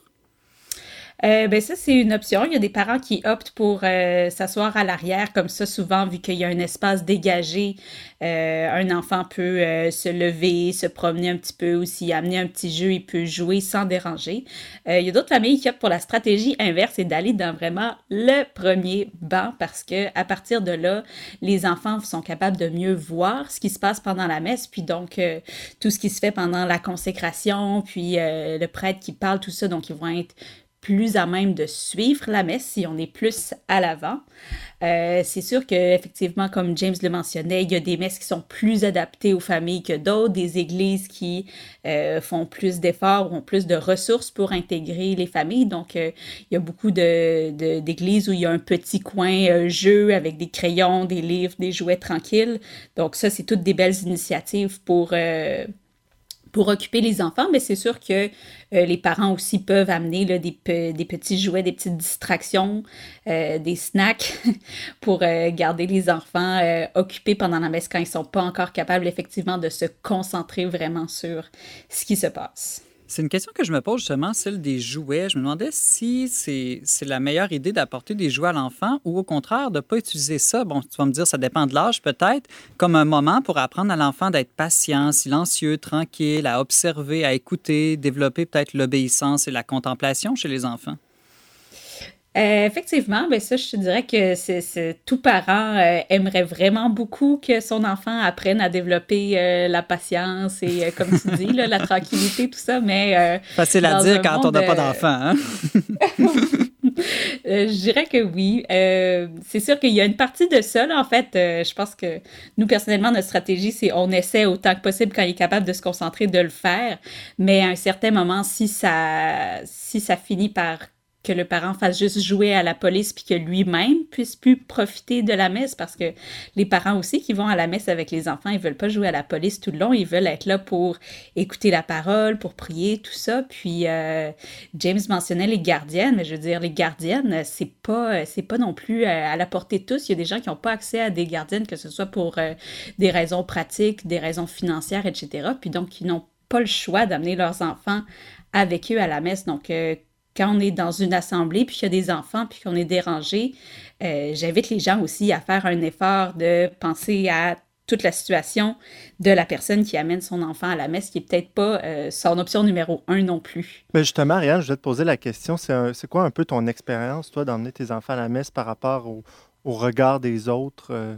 Euh, ben ça, c'est une option. Il y a des parents qui optent pour euh, s'asseoir à l'arrière, comme ça, souvent, vu qu'il y a un espace dégagé, euh, un enfant peut euh, se lever, se promener un petit peu, ou s'y amener un petit jeu, il peut jouer sans déranger. Euh, il y a d'autres familles qui optent pour la stratégie inverse et d'aller dans vraiment le premier banc, parce que à partir de là, les enfants sont capables de mieux voir ce qui se passe pendant la messe, puis donc euh, tout ce qui se fait pendant la consécration, puis euh, le prêtre qui parle, tout ça, donc ils vont être plus à même de suivre la messe si on est plus à l'avant. Euh, c'est sûr qu'effectivement, comme James le mentionnait, il y a des messes qui sont plus adaptées aux familles que d'autres, des églises qui euh, font plus d'efforts ou ont plus de ressources pour intégrer les familles. Donc, euh, il y a beaucoup de, de, d'églises où il y a un petit coin euh, jeu avec des crayons, des livres, des jouets tranquilles. Donc ça, c'est toutes des belles initiatives pour... Euh, pour occuper les enfants, mais c'est sûr que euh, les parents aussi peuvent amener là, des, pe- des petits jouets, des petites distractions, euh, des snacks pour euh, garder les enfants euh, occupés pendant la messe quand ils ne sont pas encore capables effectivement de se concentrer vraiment sur ce qui se passe. C'est une question que je me pose justement, celle des jouets. Je me demandais si c'est, c'est la meilleure idée d'apporter des jouets à l'enfant ou au contraire de ne pas utiliser ça. Bon, tu vas me dire, ça dépend de l'âge peut-être, comme un moment pour apprendre à l'enfant d'être patient, silencieux, tranquille, à observer, à écouter, développer peut-être l'obéissance et la contemplation chez les enfants. Euh, effectivement, ben ça, je te dirais que c'est, c'est, tout parent euh, aimerait vraiment beaucoup que son enfant apprenne à développer euh, la patience et, euh, comme tu dis, là, la tranquillité, tout ça, mais... Euh, Facile à dire quand monde, on n'a pas d'enfant, hein? euh, je dirais que oui. Euh, c'est sûr qu'il y a une partie de ça, là, en fait. Euh, je pense que nous, personnellement, notre stratégie, c'est on essaie autant que possible, quand il est capable de se concentrer, de le faire, mais à un certain moment, si ça, si ça finit par... que le parent fasse juste jouer à la police puis que lui-même puisse plus profiter de la messe, parce que les parents aussi qui vont à la messe avec les enfants, ils veulent pas jouer à la police tout le long, ils veulent être là pour écouter la parole, pour prier, tout ça. Puis euh, James mentionnait les gardiennes, mais je veux dire, les gardiennes, c'est pas, c'est pas non plus à la portée de tous. Il y a des gens qui n'ont pas accès à des gardiennes, que ce soit pour euh, des raisons pratiques, des raisons financières, et cetera. Puis donc, ils n'ont pas le choix d'amener leurs enfants avec eux à la messe. Donc, euh, quand on est dans une assemblée, puis qu'il y a des enfants, puis qu'on est dérangé, euh, j'invite les gens aussi à faire un effort de penser à toute la situation de la personne qui amène son enfant à la messe, qui n'est peut-être pas euh, son option numéro un non plus. Mais justement, Ariane, je vais te poser la question. C'est, un, c'est quoi un peu ton expérience, toi, d'emmener tes enfants à la messe par rapport au, au regard des autres? Euh...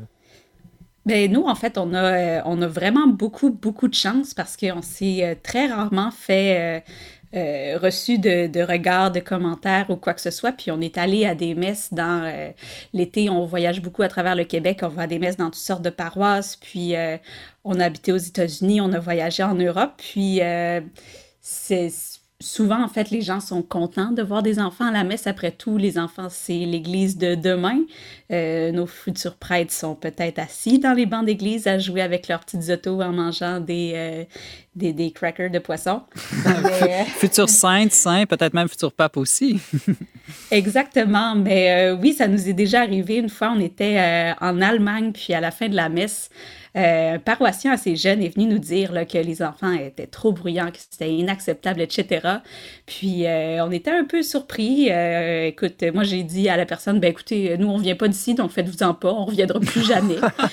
Bien, nous, en fait, on a, euh, on a vraiment beaucoup, beaucoup de chance parce qu'on s'est euh, très rarement fait... Euh, Euh, reçu de, de regards, de commentaires ou quoi que ce soit. Puis on est allé à des messes dans euh, l'été, on voyage beaucoup à travers le Québec, on va à des messes dans toutes sortes de paroisses. Puis euh, on a habité aux États-Unis, on a voyagé en Europe. Puis euh, c'est souvent, en fait, les gens sont contents de voir des enfants à la messe. Après tout, les enfants, c'est l'Église de demain. Euh, nos futurs prêtres sont peut-être assis dans les bancs d'église à jouer avec leurs petites autos en mangeant des, euh, des, des crackers de poisson. Mais, euh... Futur sainte, saint, peut-être même futur pape aussi. Exactement. Mais euh, oui, ça nous est déjà arrivé. Une fois, on était euh, en Allemagne, puis à la fin de la messe, Euh, un paroissien assez jeune est venu nous dire là, que les enfants étaient trop bruyants, que c'était inacceptable, et cetera. Puis, euh, on était un peu surpris. Euh, écoute, moi, j'ai dit à la personne, ben écoutez, nous, on vient pas d'ici, donc faites-vous-en pas, on reviendra plus jamais.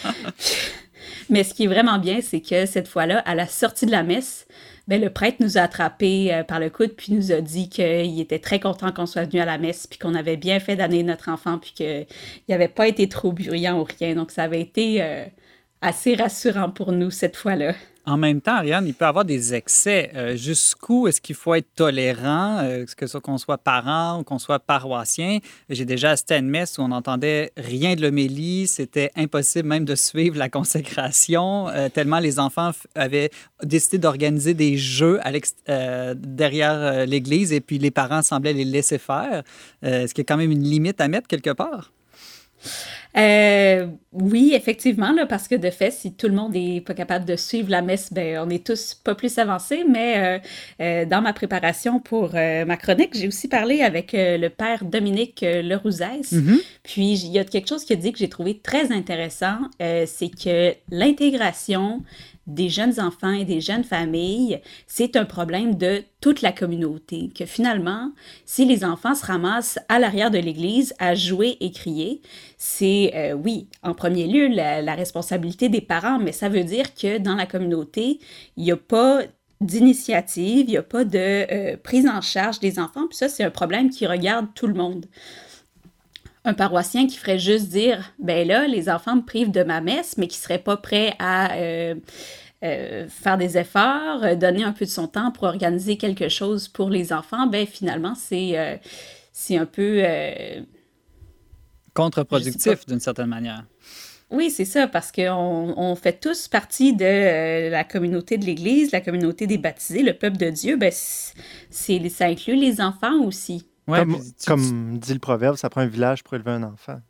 Mais ce qui est vraiment bien, c'est que cette fois-là, à la sortie de la messe, ben, le prêtre nous a attrapés euh, par le coude, puis nous a dit qu'il était très content qu'on soit venu à la messe, puis qu'on avait bien fait d'amener notre enfant, puis qu'il n'avait pas été trop bruyant ou rien. Donc, ça avait été... Euh, assez rassurant pour nous cette fois-là. En même temps, Ariane, il peut y avoir des excès. Euh, jusqu'où est-ce qu'il faut être tolérant, euh, que ce soit qu'on soit parent ou qu'on soit paroissien? J'ai déjà assisté à une messe où on n'entendait rien de l'homélie. C'était impossible même de suivre la consécration, euh, tellement les enfants f- avaient décidé d'organiser des jeux à euh, derrière euh, l'église et puis les parents semblaient les laisser faire. Euh, est-ce qu'il y a quand même une limite à mettre quelque part? Euh, oui, effectivement, là, parce que de fait, si tout le monde n'est pas capable de suivre la messe, ben, on est tous pas plus avancés, mais euh, euh, dans ma préparation pour euh, ma chronique, j'ai aussi parlé avec euh, le père Dominique euh, Lerouzès. Mm-hmm. Puis, il y a quelque chose qu'il a dit que j'ai trouvé très intéressant, euh, c'est que l'intégration des jeunes enfants et des jeunes familles, c'est un problème de toute la communauté. Que finalement, si les enfants se ramassent à l'arrière de l'église à jouer et crier, c'est, euh, oui, en premier lieu, la, la responsabilité des parents, mais ça veut dire que dans la communauté, il n'y a pas d'initiative, il n'y a pas de euh, prise en charge des enfants, puis ça, c'est un problème qui regarde tout le monde. Un paroissien qui ferait juste dire, ben là, les enfants me privent de ma messe, mais qui serait pas prêt à euh, euh, faire des efforts, euh, donner un peu de son temps pour organiser quelque chose pour les enfants, ben finalement, c'est, euh, c'est un peu... Euh, contre-productif d'une certaine manière. Oui, c'est ça, parce qu'on on fait tous partie de euh, la communauté de l'Église, la communauté des baptisés, le peuple de Dieu, ben c'est, ça inclut les enfants aussi. Ouais, comme, tu, comme dit le proverbe, ça prend un village pour élever un enfant.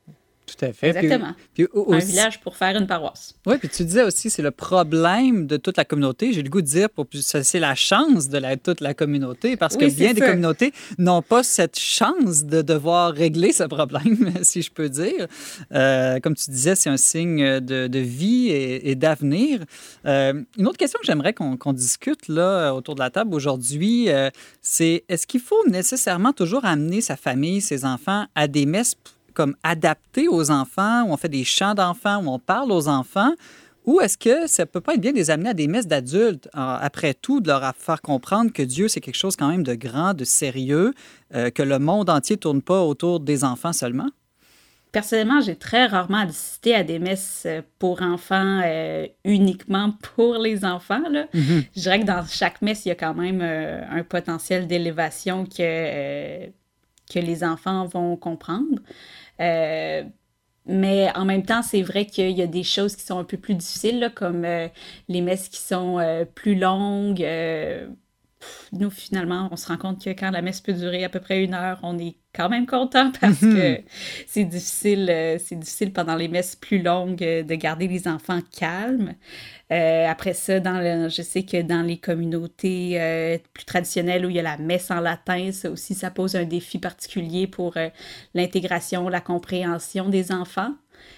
Tout à fait. Exactement. Puis, puis aussi, un village pour faire une paroisse. Oui, puis tu disais aussi, c'est le problème de toute la communauté. J'ai le goût de dire, pour, c'est la chance de la, toute la communauté, parce oui, que bien des ça. communautés n'ont pas cette chance de devoir régler ce problème, si je peux dire. Euh, comme tu disais, c'est un signe de, de vie et, et d'avenir. Euh, une autre question que j'aimerais qu'on, qu'on discute là, autour de la table aujourd'hui, euh, c'est est-ce qu'il faut nécessairement toujours amener sa famille, ses enfants à des messes comme adapté aux enfants, où on fait des chants d'enfants, où on parle aux enfants, ou est-ce que ça peut pas être bien de les amener à des messes d'adultes, après tout, de leur faire comprendre que Dieu, c'est quelque chose quand même de grand, de sérieux, euh, que le monde entier ne tourne pas autour des enfants seulement? Personnellement, j'ai très rarement assisté à des messes pour enfants euh, uniquement pour les enfants. Là. Mm-hmm. Je dirais que dans chaque messe, il y a quand même euh, un potentiel d'élévation que, euh, que les enfants vont comprendre. Euh, mais en même temps, c'est vrai qu'il y a des choses qui sont un peu plus difficiles, là, comme euh, les messes qui sont euh, plus longues. Euh, pff, nous, finalement, on se rend compte que quand la messe peut durer à peu près une heure, on est quand même content parce mm-hmm. que c'est difficile, euh, c'est difficile pendant les messes plus longues euh, de garder les enfants calmes. Euh, après ça, dans le, je sais que dans les communautés euh, plus traditionnelles où il y a la messe en latin, ça aussi, ça pose un défi particulier pour euh, l'intégration, la compréhension des enfants.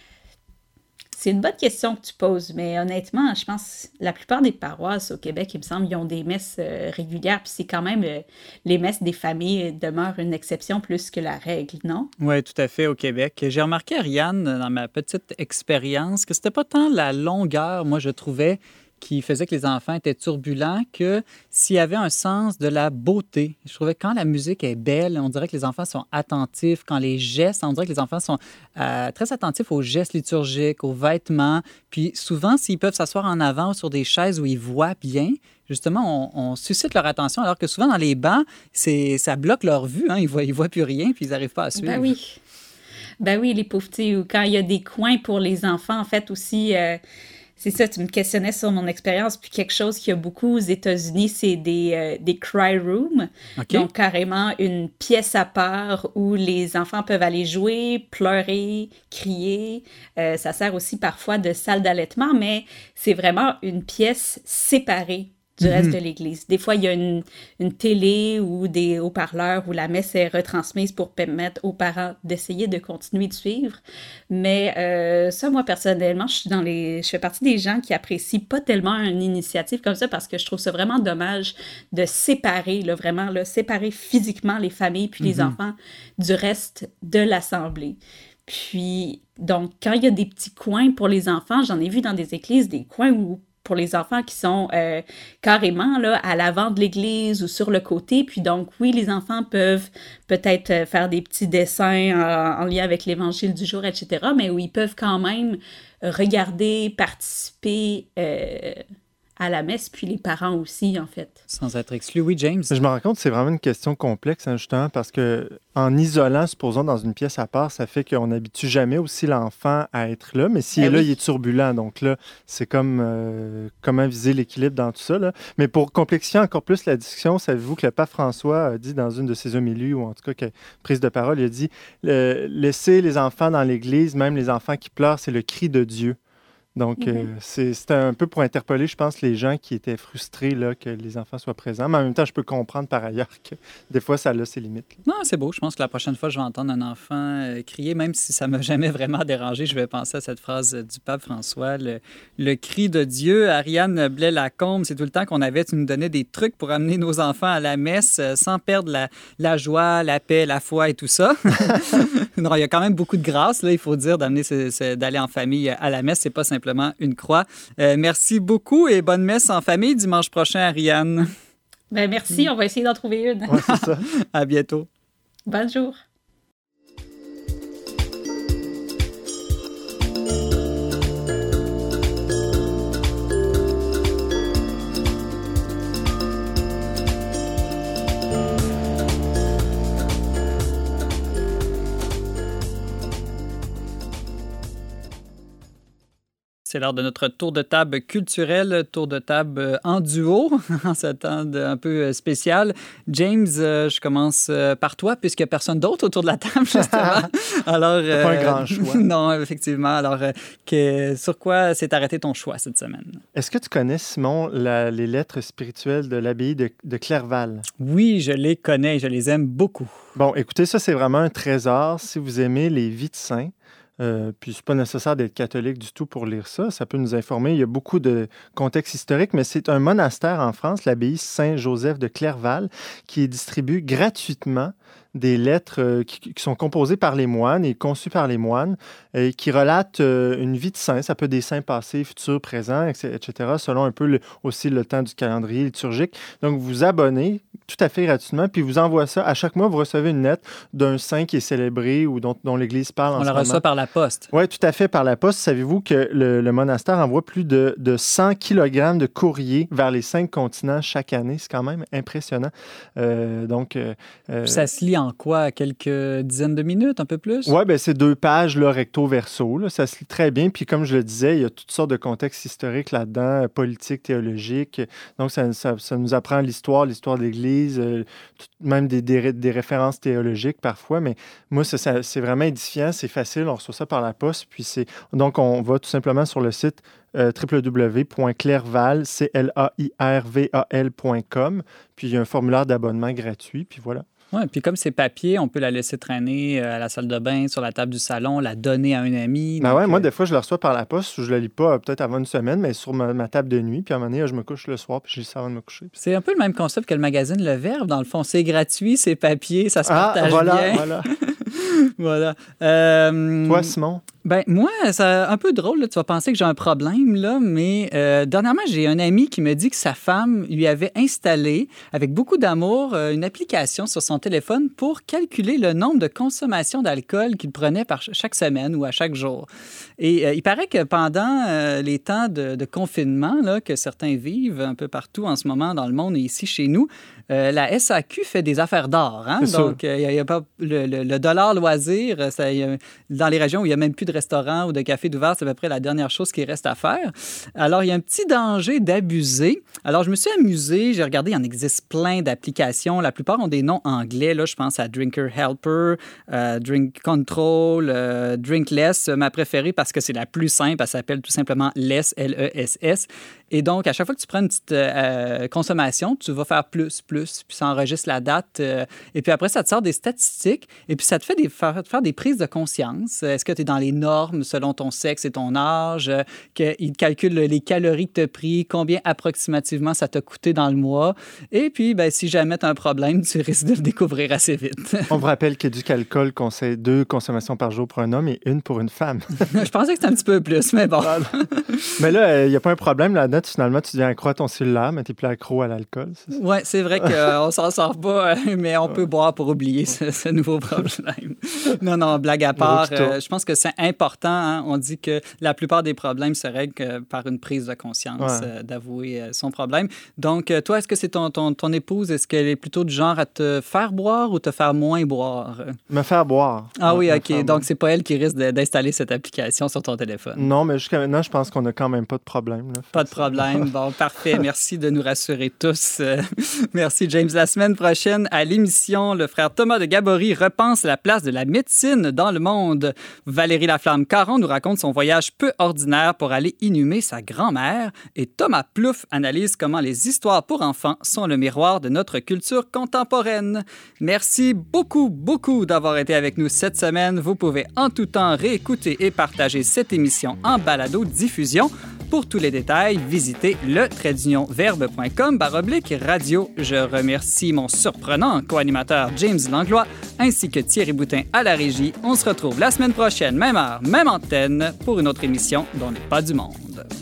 C'est une bonne question que tu poses, mais honnêtement, je pense que la plupart des paroisses au Québec, il me semble, ils ont des messes euh, régulières, puis c'est quand même, euh, les messes des familles demeurent une exception plus que la règle, non? Oui, tout à fait, au Québec. J'ai remarqué, Ariane, dans ma petite expérience, que c'était pas tant la longueur, moi, je trouvais, qui faisait que les enfants étaient turbulents, que s'il y avait un sens de la beauté. Je trouvais que quand la musique est belle, on dirait que les enfants sont attentifs. Quand les gestes, on dirait que les enfants sont euh, très attentifs aux gestes liturgiques, aux vêtements. Puis souvent, s'ils peuvent s'asseoir en avant ou sur des chaises où ils voient bien, justement, on, on suscite leur attention, alors que souvent, dans les bancs, c'est, ça bloque leur vue. Hein. Ils ne voient, ils voient plus rien, puis ils n'arrivent pas à suivre. Ben oui. Ben oui, les pauvres petits, ou quand il y a des coins pour les enfants, en fait, aussi... Euh, c'est ça, tu me questionnais sur mon expérience, puis quelque chose qu'il y a beaucoup aux États-Unis, c'est des, euh, des cry rooms. Okay. Donc, carrément une pièce à part où les enfants peuvent aller jouer, pleurer, crier. Euh, ça sert aussi parfois de salle d'allaitement, mais c'est vraiment une pièce séparée du mm-hmm. reste de l'Église. Des fois, il y a une, une télé ou des haut-parleurs où la messe est retransmise pour permettre aux parents d'essayer de continuer de suivre. Mais euh, ça, moi, personnellement, je suis dans les, je fais partie des gens qui apprécient pas tellement une initiative comme ça parce que je trouve ça vraiment dommage de séparer, là, vraiment, là, séparer physiquement les familles puis mm-hmm. les enfants du reste de l'assemblée. Puis, donc, quand il y a des petits coins pour les enfants, j'en ai vu dans des églises, des coins où pour les enfants qui sont euh, carrément là, à l'avant de l'église ou sur le côté. Puis donc, oui, les enfants peuvent peut-être faire des petits dessins en, en lien avec l'évangile du jour, et cetera, mais où ils peuvent quand même regarder, participer euh, à la messe, puis les parents aussi, en fait. Sans être exclu. Oui, James? Je me rends compte que c'est vraiment une question complexe, hein, justement, parce que en isolant, supposons, dans une pièce à part, ça fait qu'on n'habitue jamais aussi l'enfant à être là, mais s'il ben est là, oui. il est turbulent. Donc là, c'est comme euh, comment viser l'équilibre dans tout ça. Là. Mais pour complexifier encore plus la discussion, savez-vous que le pape François a dit dans une de ses homélies, ou en tout cas, prise de parole, il a dit euh, « Laissez les enfants dans l'Église, même les enfants qui pleurent, c'est le cri de Dieu. » Donc, mm-hmm. euh, c'est, c'était un peu pour interpeller, je pense, les gens qui étaient frustrés là, que les enfants soient présents. Mais en même temps, je peux comprendre par ailleurs que des fois, ça a ses limites. Là. Non, c'est beau. Je pense que la prochaine fois, je vais entendre un enfant euh, crier, même si ça ne m'a jamais vraiment dérangé. Je vais penser à cette phrase du pape François, le, le cri de Dieu. Ariane Blais-Lacombe, c'est tout le temps qu'on avait. Tu nous donnais des trucs pour amener nos enfants à la messe euh, sans perdre la, la joie, la paix, la foi et tout ça. Non, il y a quand même beaucoup de grâce, là, il faut dire, d'amener ce, ce, d'aller en famille à la messe. C'est pas simplement une croix. Euh, merci beaucoup et bonne messe en famille dimanche prochain, Ariane. Ben merci, on va essayer d'en trouver une. Ouais, c'est ça. À bientôt. Bonjour. C'est l'heure de notre tour de table culturel, tour de table en duo, en ce temps un peu spécial. James, euh, je commence par toi, puisqu'il n'y a personne d'autre autour de la table, justement. Alors, c'est pas euh, un grand choix. Non, effectivement. Alors, euh, que, sur quoi s'est arrêté ton choix cette semaine? Est-ce que tu connais, Simon, la, les lettres spirituelles de l'abbaye de, de Clerval? Oui, je les connais et je les aime beaucoup. Bon, écoutez, ça, c'est vraiment un trésor. Si vous aimez les vies de saints, Euh, puis, c'est pas nécessaire d'être catholique du tout pour lire ça. Ça peut nous informer. Il y a beaucoup de contexte historique, mais c'est un monastère en France, l'abbaye Saint-Joseph de Clerval, qui distribue gratuitement des lettres euh, qui, qui sont composées par les moines et conçues par les moines et qui relatent euh, une vie de saint. Ça peut être des saints passés, futurs, présents, et cetera, selon un peu le, aussi le temps du calendrier liturgique. Donc, vous vous abonnez tout à fait gratuitement, puis vous envoie ça. À chaque mois, vous recevez une lettre d'un saint qui est célébré ou dont, dont l'Église parle en On ce la moment. reçoit par la poste. Oui, tout à fait, par la poste. Savez-vous que le, le monastère envoie plus de, de cent kilogrammes de courrier vers les cinq continents chaque année? C'est quand même impressionnant. Euh, donc, euh, ça se lit en quoi? Quelques dizaines de minutes, un peu plus? Oui, bien, c'est deux pages, là, recto-verso. Là. Ça se lit très bien. Puis, comme je le disais, il y a toutes sortes de contextes historiques là-dedans, politiques, théologiques. Donc, ça, ça, ça nous apprend l'histoire, l'histoire de l'Église, euh, tout, même des, des, des références théologiques parfois. Mais moi, ça, ça, c'est vraiment édifiant, c'est facile. On reçoit ça par la poste. Puis, c'est... Donc, on va tout simplement sur le site Euh, w w w point clerval point com. Puis, il y a un formulaire d'abonnement gratuit. Puis, voilà. Oui, puis comme c'est papier, on peut la laisser traîner à la salle de bain, sur la table du salon, la donner à un ami. Ben ouais, moi, euh... des fois, je la reçois par la poste. Je ne la lis pas peut-être avant une semaine, mais sur ma, ma table de nuit. Puis à un moment donné, je me couche le soir, puis je lis ça avant de me coucher. Puis... C'est un peu le même concept que le magazine Le Verbe. Dans le fond, c'est gratuit, c'est papier, ça se ah, partage voilà, bien. Voilà, voilà. Euh... Toi, Simon? Ben moi, c'est un peu drôle, là. Tu vas penser que j'ai un problème, là, mais euh, dernièrement, j'ai un ami qui me dit que sa femme lui avait installé, avec beaucoup d'amour, euh, une application sur son téléphone pour calculer le nombre de consommations d'alcool qu'il prenait par chaque semaine ou à chaque jour. Et euh, il paraît que pendant euh, les temps de, de confinement là, que certains vivent un peu partout en ce moment dans le monde et ici chez nous, euh, la S A Q fait des affaires d'or. Hein? Donc, il euh, y a pas le, le, le dollar loisir, ça, y a, dans les régions où il n'y a même plus de restaurants ou de cafés d'ouvert, c'est à peu près la dernière chose qui reste à faire. Alors, il y a un petit danger d'abuser. Alors, je me suis amusée, j'ai regardé, il en existe plein d'applications. La plupart ont des noms anglais. Là, je pense à Drinker Helper, euh, Drink Control, euh, Drink Less. Ma préférée parce que c'est la plus simple, elle s'appelle tout simplement Less, L E S S. Et donc, à chaque fois que tu prends une petite euh, consommation, tu vas faire plus, plus, puis ça enregistre la date. Euh, et puis après, ça te sort des statistiques et puis ça te fait des, faire, faire des prises de conscience. Est-ce que tu es dans les normes selon ton sexe et ton âge? Euh, qu'il calcule les calories que tu as pris, combien approximativement ça t'a coûté dans le mois. Et puis, ben, si jamais tu as un problème, tu risques de le découvrir assez vite. On vous rappelle qu'Éduc Alcool conseille deux consommations par jour pour un homme et une pour une femme. Je pensais que c'était un petit peu plus, mais bon. Mais là, il n'y a pas un problème là-dedans. Finalement, tu deviens accro à ton cellulaire, mais tu n'es plus accro à l'alcool. Oui, c'est vrai qu'on ne s'en sort pas, mais on peut boire pour oublier ce, ce nouveau problème. Non, non, blague à part, euh, je pense que c'est important. Hein? On dit que la plupart des problèmes se règlent par une prise de conscience, ouais. euh, d'avouer euh, son problème. Donc, euh, toi, est-ce que c'est ton, ton, ton épouse, est-ce qu'elle est plutôt du genre à te faire boire ou te faire moins boire? Me faire boire. Ah ouais, oui, OK. Donc, c'est pas elle qui risque de, d'installer cette application sur ton téléphone. Non, mais jusqu'à maintenant, je pense qu'on n'a quand même pas de problème. Là. Pas de problème. Bon, parfait. Merci de nous rassurer tous. Euh, merci, James. La semaine prochaine, à l'émission, le frère Thomas de Gabory repense la place de la médecine dans le monde. Valérie Laflamme-Caron nous raconte son voyage peu ordinaire pour aller inhumer sa grand-mère. Et Thomas Plouffe analyse comment les histoires pour enfants sont le miroir de notre culture contemporaine. Merci beaucoup, beaucoup d'avoir été avec nous cette semaine. Vous pouvez en tout temps réécouter et partager cette émission en balado-diffusion. Pour tous les détails, visitez le trait d'union verbe point com barre oblique radio. Je remercie mon surprenant co-animateur James Langlois ainsi que Thierry Boutin à la régie. On se retrouve la semaine prochaine, même heure, même antenne, pour une autre émission dont n'est pas du monde.